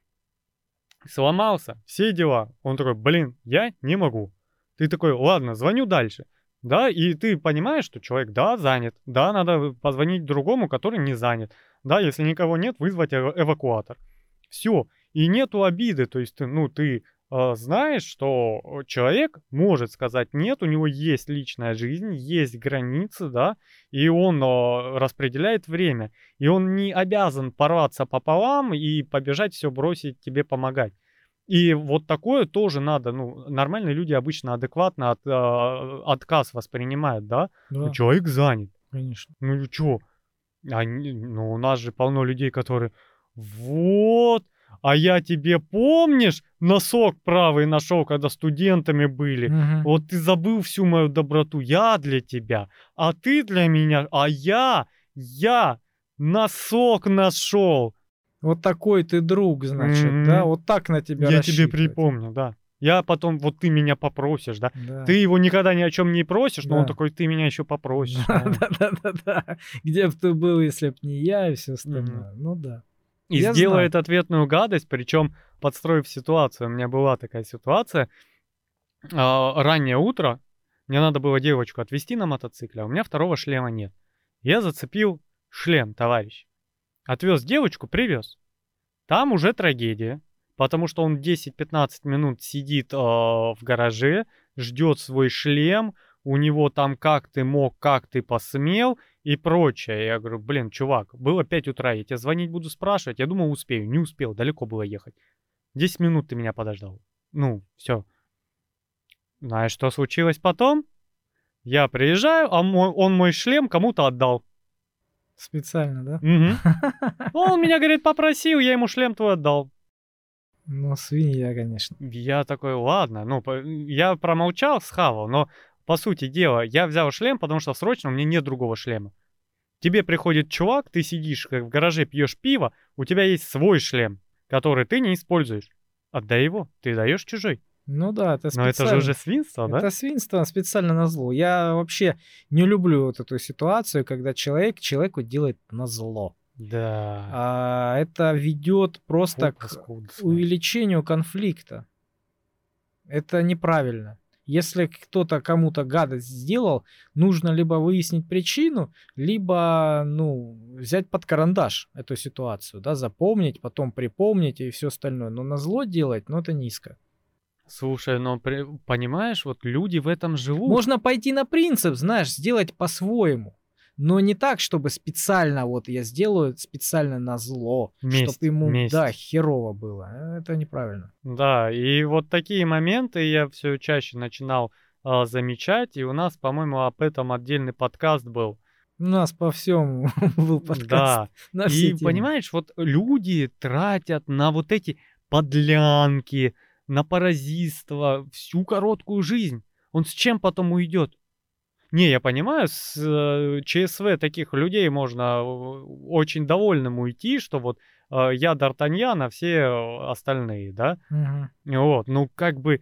сломался, все дела. Он такой, блин, я не могу. Ты такой, ладно, звоню дальше. Да, и ты понимаешь, что человек, да, занят. Да, надо позвонить другому, который не занят. Да, если никого нет, вызвать эва- эвакуатор. Все. И нету обиды. То есть, ты, ну, ты э, знаешь, что э, человек может сказать нет, у него есть личная жизнь, есть границы, да, и он э, распределяет время. И он не обязан порваться пополам и побежать все бросить тебе помогать. И вот такое тоже надо, ну, нормальные люди обычно адекватно от, а, отказ воспринимают, да? Ну, Да, человек занят. конечно. Ну, и чё? Они, ну, у нас же полно людей, которые, вот, а я тебе, помнишь, носок правый нашел, когда студентами были? Мгм. Вот ты забыл всю мою доброту, я для тебя, а ты для меня, а я, я носок нашел. Вот такой ты друг, значит, да? Мгм. Вот так на тебя Я тебе рассчитывать. припомню, да. Я потом, вот ты меня попросишь, да? Да. Ты его никогда ни о чем не просишь, но он Да. такой, ты меня еще попросишь. Да, ну. да, да, да, да. Где бы ты был, если б не я и все Мгм. остальное. Ну да. И Я знаю. сделает ответную гадость, причем подстроив ситуацию. У меня была такая ситуация. А, раннее утро, мне надо было девочку отвезти на мотоцикле, а у меня второго шлема нет. Я зацепил шлем, товарищ. Отвез девочку, привез. Там уже трагедия, потому что он десять-пятнадцать минут сидит э, в гараже, ждет свой шлем, у него там как ты мог, как ты посмел и прочее. Я говорю, блин, чувак, было пять утра, я тебе звонить буду спрашивать, я думал успею, не успел, далеко было ехать. десять минут ты меня подождал. Ну, все. Знаешь, что случилось потом? Я приезжаю, а мой, он мой шлем кому-то отдал. Специально, да? Мгм. Он меня, говорит, попросил, я ему шлем твой отдал. Ну, свинья, конечно. Я такой, ладно, ну, по- я промолчал, схавал, но, по сути дела, я взял шлем, потому что срочно у меня нет другого шлема. Тебе приходит чувак, ты сидишь как в гараже, пьешь пиво, у тебя есть свой шлем, который ты не используешь. Отдай его, ты даешь чужой. Ну да, это Но это же специально. уже свинство, да? Это свинство специально назло. Я вообще не люблю вот эту ситуацию, когда человек человеку делает назло. Да. А, это ведет просто Фу, к паскудство. увеличению конфликта. Это неправильно. Если кто-то кому-то гадость сделал, нужно либо выяснить причину, либо, ну, взять под карандаш эту ситуацию, да, запомнить, потом припомнить и все остальное. Но назло делать, ну, это низко. Слушай, но при- понимаешь, вот люди в этом живут. Можно пойти на принцип, знаешь, сделать по-своему. Но не так, чтобы специально, вот я сделаю специально на зло, Месть, чтобы ему, месть. да, херово было. Это неправильно. Да, и вот такие моменты я все чаще начинал а, замечать, и у нас, по-моему, об этом отдельный подкаст был. У нас по всему был подкаст Да, на все и темы. понимаешь, вот люди тратят на вот эти подлянки, на паразитство всю короткую жизнь. Он с чем потом уйдет? Не, я понимаю, с э, ЧСВ таких людей можно э, очень довольным уйти, что вот э, я Д'Артаньян, а все э, остальные, да? Мгм. Вот, ну как бы,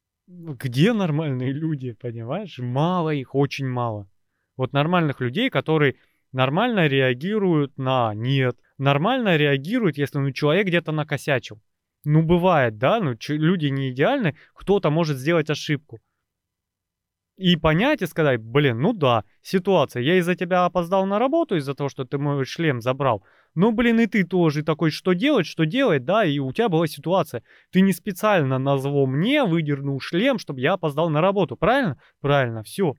где нормальные люди, понимаешь? Мало их, очень мало. Вот нормальных людей, которые нормально реагируют на нет, нормально реагируют, если ну, человек где-то накосячил. Ну, бывает, да, ну, ч- люди не идеальны, кто-то может сделать ошибку. И понять и сказать, блин, ну да, ситуация, я из-за тебя опоздал на работу, из-за того, что ты мой шлем забрал. Ну, блин, и ты тоже такой, что делать, что делать, да, и у тебя была ситуация. Ты не специально назло мне выдернул шлем, чтобы я опоздал на работу, правильно? Правильно, все.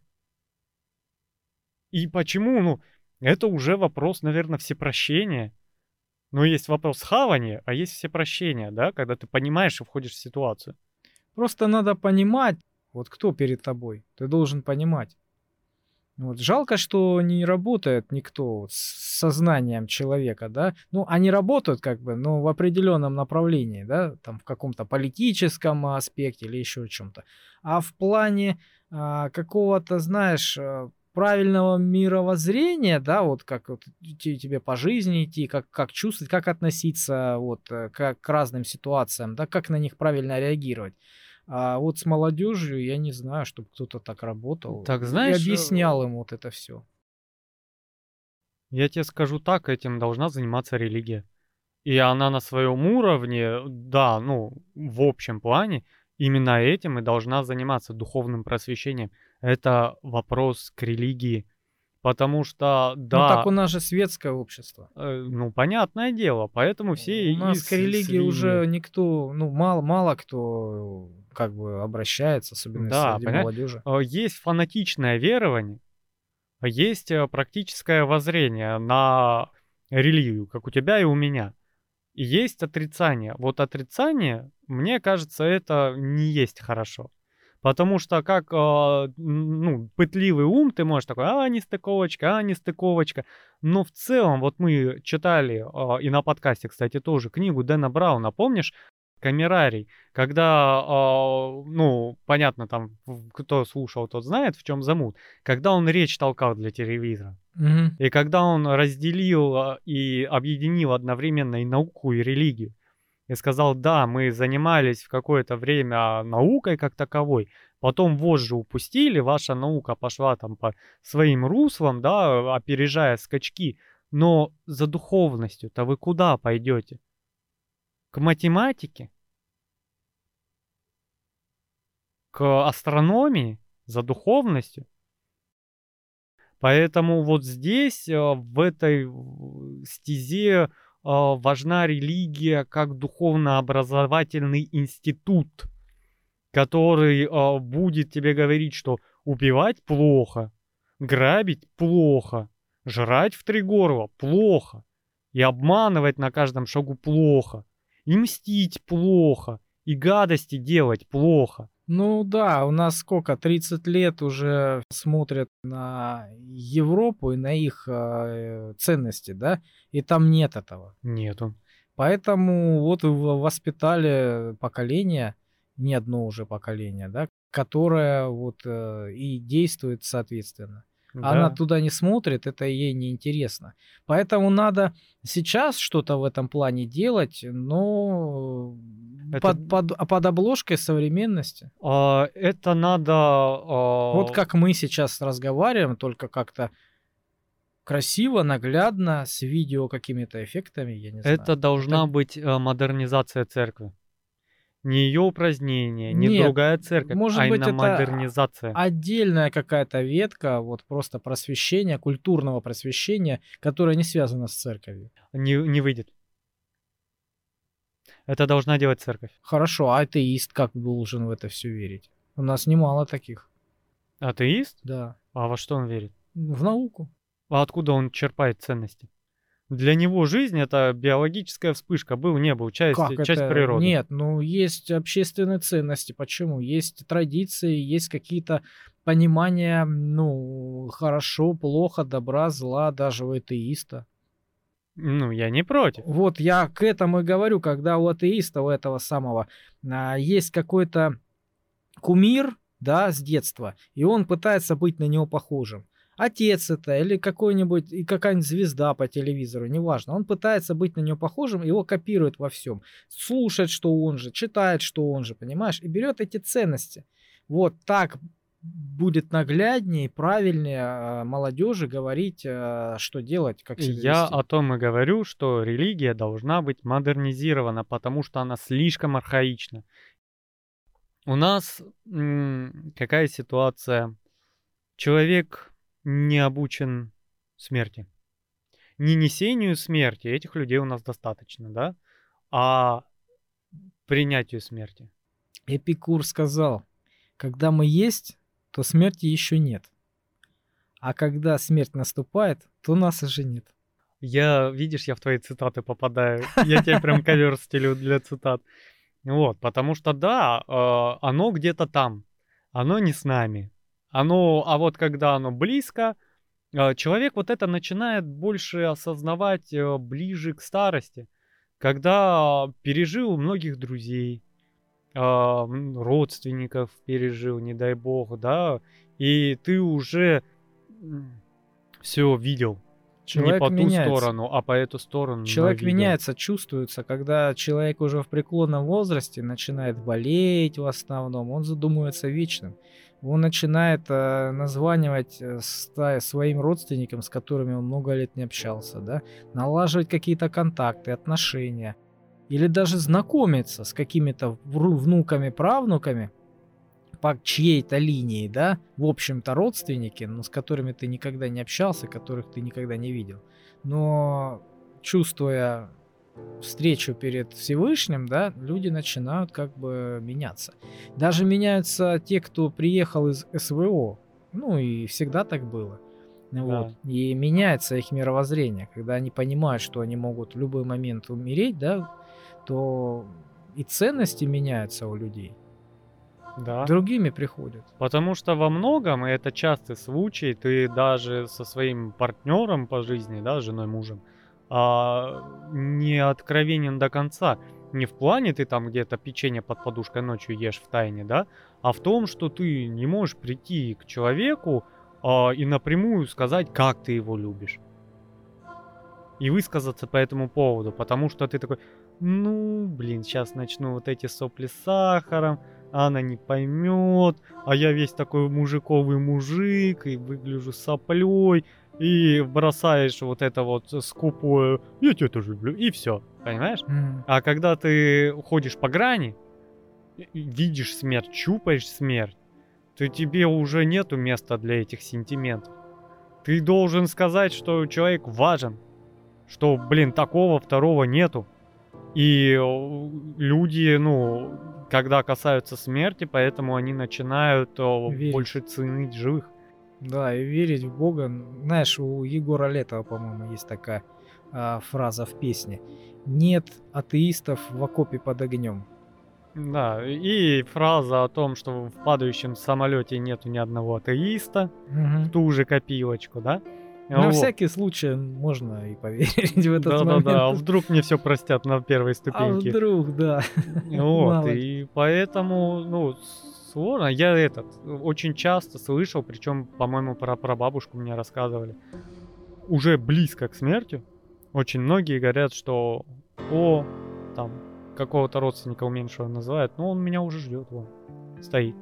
И почему, ну, это уже вопрос, наверное, всепрощения. Но есть вопрос хавания, а есть всепрощение, да, когда ты понимаешь и входишь в ситуацию. Просто надо понимать, вот кто перед тобой. Ты должен понимать. Вот. Жалко, что не работает никто вот с сознанием человека, да. Ну, они работают как бы, но в определенном направлении, да, там в каком-то политическом аспекте или еще чем-то. А в плане а, какого-то, знаешь, а, правильного мировоззрения, да, вот как вот те- тебе по жизни идти, как, как чувствовать, как относиться вот э, к, к разным ситуациям, да, как на них правильно реагировать. А вот с молодежью я не знаю, чтобы кто-то так работал Так, и знаешь, э, объяснял им вот это все. я тебе скажу так, этим должна заниматься религия. И она на своем уровне, да, ну, в общем плане, именно этим и должна заниматься духовным просвещением. Это вопрос к религии. Потому что, Ну так да, у нас же светское общество. э, ну, понятное дело, поэтому все У и нас к с- религии свиньи. уже никто, ну мало, мало кто как бы обращается, особенно Да, среди понимаешь, молодежи. э, есть фанатичное верование, а есть э, практическое воззрение на религию, как у тебя и у меня. И есть отрицание. Вот отрицание, мне кажется, это не есть хорошо. Потому что как, а, н- ну, пытливый ум, ты можешь такой, а, нестыковочка, а, нестыковочка. Но в целом, вот мы читали, а, и на подкасте, кстати, тоже книгу Дэна Брауна, помнишь? Камерарий, когда, а, ну, понятно, там, в- кто слушал, тот знает, в чем замут. Когда он речь толкал для телевизора. Мгм. И когда он разделил а, и объединил одновременно и науку, и религию. и сказал: да, мы занимались в какое-то время наукой как таковой, потом вожжи упустили, ваша наука пошла там по своим руслам, да, опережая скачки, но за духовностью-то вы куда пойдете? К математике? К астрономии? За духовностью? Поэтому вот здесь, э, в этой в стезе, а, важна религия как духовно-образовательный институт, который, а, будет тебе говорить, что убивать плохо, грабить плохо, жрать в три горла плохо, и обманывать на каждом шагу плохо, и мстить плохо, и гадости делать плохо. Ну да, у нас сколько, тридцать лет уже смотрят на Европу и на их э, ценности, да, и там нет этого. Нету. Поэтому вот в- воспитали поколение, не одно уже поколение, да, которое вот э, и действует соответственно. Она Да. туда не смотрит, это ей не интересно. Поэтому надо сейчас что-то в этом плане делать, но Это, под, под, а под обложкой современности. а, это надо, Вот а, как мы сейчас разговариваем, только как-то красиво, наглядно, с видео какими-то эффектами, я не знаю. это должна быть, э, модернизация церкви. Не ее упразднение, не Нет, другая церковь, может а быть, именно это модернизация. отдельная какая-то ветка, вот просто просвещения, культурного просвещения, которое не связано с церковью. Не, не выйдет. Это должна делать церковь. Хорошо, а атеист как должен в это все верить? У нас немало таких, Атеист? да. А во что он верит? В науку. А откуда он черпает ценности? Для него жизнь — это биологическая вспышка. Был, не был, часть, Как часть это? природы. Нет, ну есть общественные ценности. Почему? Есть традиции, есть какие-то понимания, ну, хорошо, плохо, добра, зла, даже у атеиста. Ну, я не против. Вот я к этому и говорю, когда у атеиста, у этого самого, а, есть какой-то кумир, да, с детства, и он пытается быть на него похожим. Отец это или какой-нибудь, и какая-нибудь звезда по телевизору, неважно. Он пытается быть на него похожим, его копирует во всем. Слушает, что он же, читает, что он же, понимаешь? И берет эти ценности. Вот так будет нагляднее, правильнее молодежи говорить, а, что делать, как И себя я вести. о том и говорю, что религия должна быть модернизирована, потому что она слишком архаична. У нас м, какая ситуация? Человек не обучен смерти. Не несению смерти, этих людей у нас достаточно, да? А принятию смерти. Эпикур сказал, когда мы есть, то смерти еще нет. А когда смерть наступает, то нас уже нет. Я, видишь, я в твои цитаты попадаю. Я тебе прям ковер стелю для цитат. Вот, потому что да, э, оно где-то там, оно не с нами. Оно, а вот когда оно близко, э, человек вот это начинает больше осознавать э, ближе к старости, когда пережил многих друзей, а, м, родственников пережил, не дай бог, да, и ты уже все видел. Не Человек по ту меняется. сторону, а по эту сторону, но Человек видел. меняется, чувствуется, когда человек уже в преклонном возрасте начинает болеть в основном, он задумывается вечным. Он начинает э, названивать э, ста- своим родственникам, с которыми он много лет не общался, да, налаживать какие-то контакты, отношения, или даже знакомиться с какими-то вру- внуками, правнуками по чьей-то линии, да, в общем-то родственники, но с которыми ты никогда не общался, которых ты никогда не видел. Но чувствуя встречу перед Всевышним, да, люди начинают как бы меняться. Даже меняются те, кто приехал из СВО. Ну и всегда так было. Вот. Да. И меняется их мировоззрение. Когда они понимают, что они могут в любой момент умереть, да, то и ценности меняются у людей. Да. Другими приходят. Потому что во многом, и это частый случай, ты даже со своим партнером по жизни, да, женой, мужем, а, не откровенен до конца. Не в плане ты там где-то печенье под подушкой ночью ешь в тайне, да, а в том, что ты не можешь прийти к человеку а, и напрямую сказать, как ты его любишь. И высказаться по этому поводу, потому что ты такой, ну, блин, сейчас начну вот эти сопли с сахаром, она не поймет, а я весь такой мужиковый мужик и выгляжу соплей, и бросаешь вот это вот скупое «я тебя тоже люблю» и все, понимаешь? М. А когда ты ходишь по грани, и- и видишь смерть, чупаешь смерть, то тебе уже нету места для этих сентиментов. Ты должен сказать, что человек важен, что, блин, такого второго нету. И э, люди, ну, когда касаются смерти, поэтому они начинают э, Верить. больше ценить живых. Да, и верить в Бога. Знаешь, у Егора Летова, по-моему, есть такая а, фраза в песне. Нет атеистов в окопе под огнем. Да, и фраза о том, что в падающем самолете нету ни одного атеиста, в ту же копилочку, да? На Вот. всякий случай можно и поверить в этот Да-да-да, момент. а вдруг мне все простят на первой А ступеньке. вдруг, да. Вот, Мало ли. и поэтому, ну, сложно. Я этот очень часто слышал, причем, по-моему, про прабабушку мне рассказывали, уже близко к смерти. Очень многие говорят, что о, там, какого-то родственника уменьшего называют, но он меня уже ждет, вон, стоит.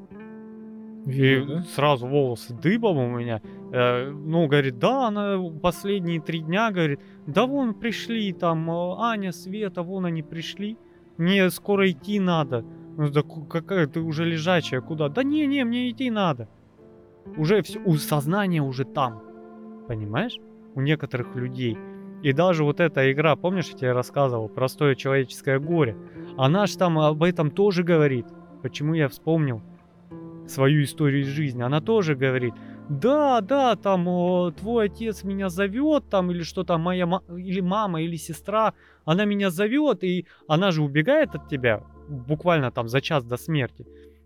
Видно, И да? сразу волосы дыбом у меня. Э, ну, говорит, да, она последние три дня, говорит, да вон пришли там э, Аня, Света, вон они пришли. Мне скоро идти надо. Ну, да ку- какая ты уже лежачая, куда? Да не, не, мне идти надо. Уже все, у сознания уже там. Понимаешь? У некоторых людей. И даже вот эта игра, помнишь, я тебе рассказывал, простое человеческое горе. Она ж там об этом тоже говорит. Почему я вспомнил свою историю из жизни, она тоже говорит, да, да, там о, твой отец меня зовет, там, или что там, моя ма- или мама, или сестра, она меня зовет, и она же убегает от тебя, буквально там за час до смерти,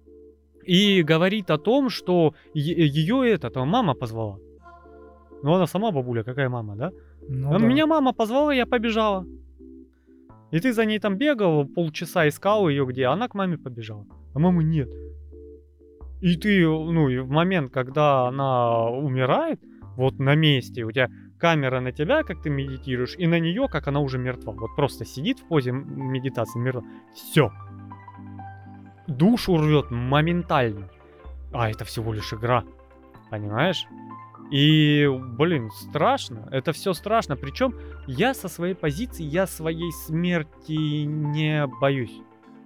и говорит о том, что ее это, там, мама позвала. Ну, она сама бабуля, какая мама, да? Ну А да. меня мама позвала, я побежала. И ты за ней там бегал, полчаса искал ее где, а она к маме побежала. А мамы нет. И ты, ну, и в момент, когда она умирает, вот на месте, у тебя камера на тебя, как ты медитируешь, и на нее, как она уже мертва. Вот просто сидит в позе м- медитации, мертва. Все. Душу рвет моментально. А это всего лишь игра. Понимаешь? И, блин, страшно. Это все страшно. Причем я со своей позиции, я своей смерти не боюсь.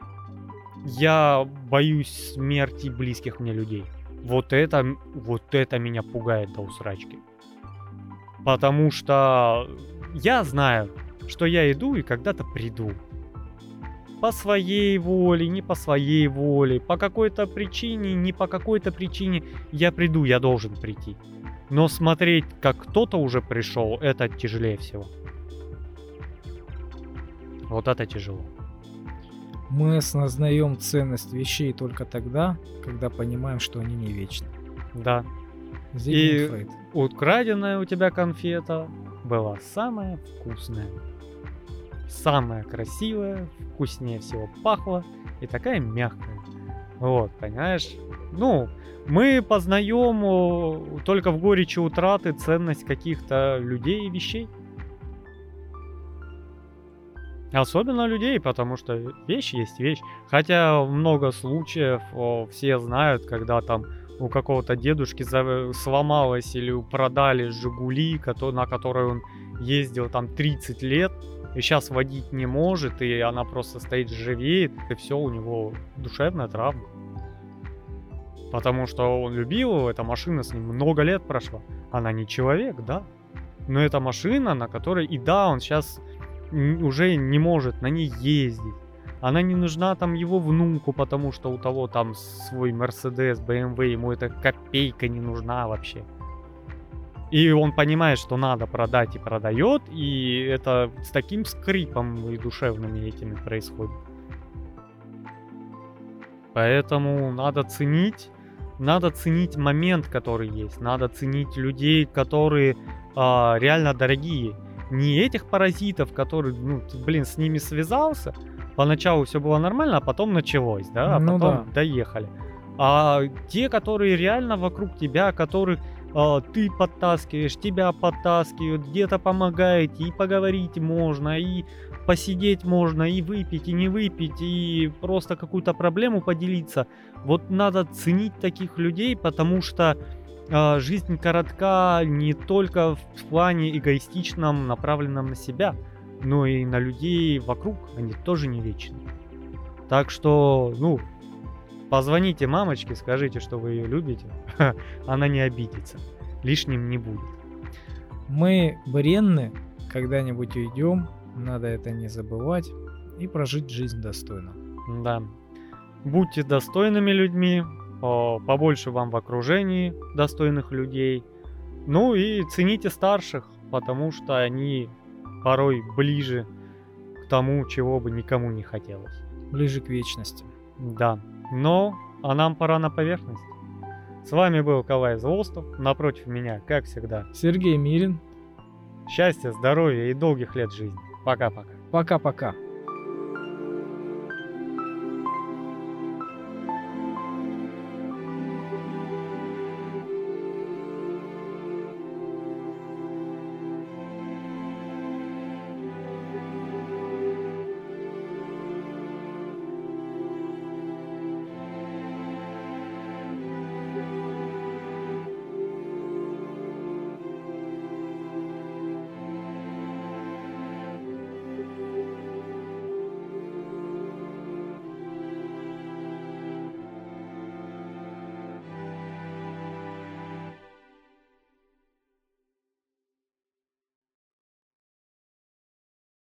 Я боюсь смерти близких мне людей. Вот это, м- вот это меня пугает до усрачки. Потому что я знаю, что я иду и когда-то приду. По своей воле, не по своей воле, по какой-то причине, не по какой-то причине я приду, я должен прийти. Но смотреть, как кто-то уже пришел, это тяжелее всего. Вот это тяжело. Мы осознаем ценность вещей только тогда, когда понимаем, что они не вечны. Да. Зигмунд И Фрейд. украденная у тебя конфета была самая вкусная. Самая красивая, вкуснее всего пахла и такая мягкая. Вот, понимаешь? Ну, мы познаем о, только в горечи утраты ценность каких-то людей и вещей. Особенно людей, потому что вещь есть вещь. Хотя много случаев о, все знают, когда там у какого-то дедушки за- сломалось или продали Жигули, кото- на которой он ездил там тридцать лет, и сейчас водить не может, и она просто стоит, живеет, и все, у него душевная травма. Потому что он любил его, эта машина с ним много лет прошла. Она не человек, да, но это машина, на которой, и да, он сейчас уже не может на ней ездить. Она не нужна там его внуку, потому что у того там свой Мерседес, бэ эм вэ, ему эта копейка не нужна вообще. И он понимает, что надо продать, и продает, и это с таким скрипом и душевными этими происходит. Поэтому надо ценить, надо ценить момент, который есть, надо ценить людей, которые а, реально дорогие. Не этих паразитов, которые, ну, ты, блин, с ними связался, поначалу все было нормально, а потом началось, да, а Ну потом да. доехали. А те, которые реально вокруг тебя, которых а, ты подтаскиваешь, тебя подтаскивают, где-то помогаете, и поговорить можно, и посидеть можно, и выпить, и не выпить, и просто какую-то проблему поделиться. Вот надо ценить таких людей, потому что а, жизнь коротка не только в плане эгоистичном, направленном на себя, но и на людей вокруг, они тоже не вечны. Так что, ну, позвоните мамочке, скажите, что вы ее любите, она не обидится, лишним не будет. Мы бренны, когда-нибудь уйдем, надо это не забывать и прожить жизнь достойно. Да. Будьте достойными людьми, о, побольше вам в окружении достойных людей. Ну и цените старших, потому что они порой ближе к тому, чего бы никому не хотелось. Ближе к вечности. Да. Но, а нам пора на поверхность. С вами был Калай Злостов, напротив меня, как всегда, Сергей Мирин. счастья, здоровья и долгих лет жизни. Пока-пока. Пока-пока.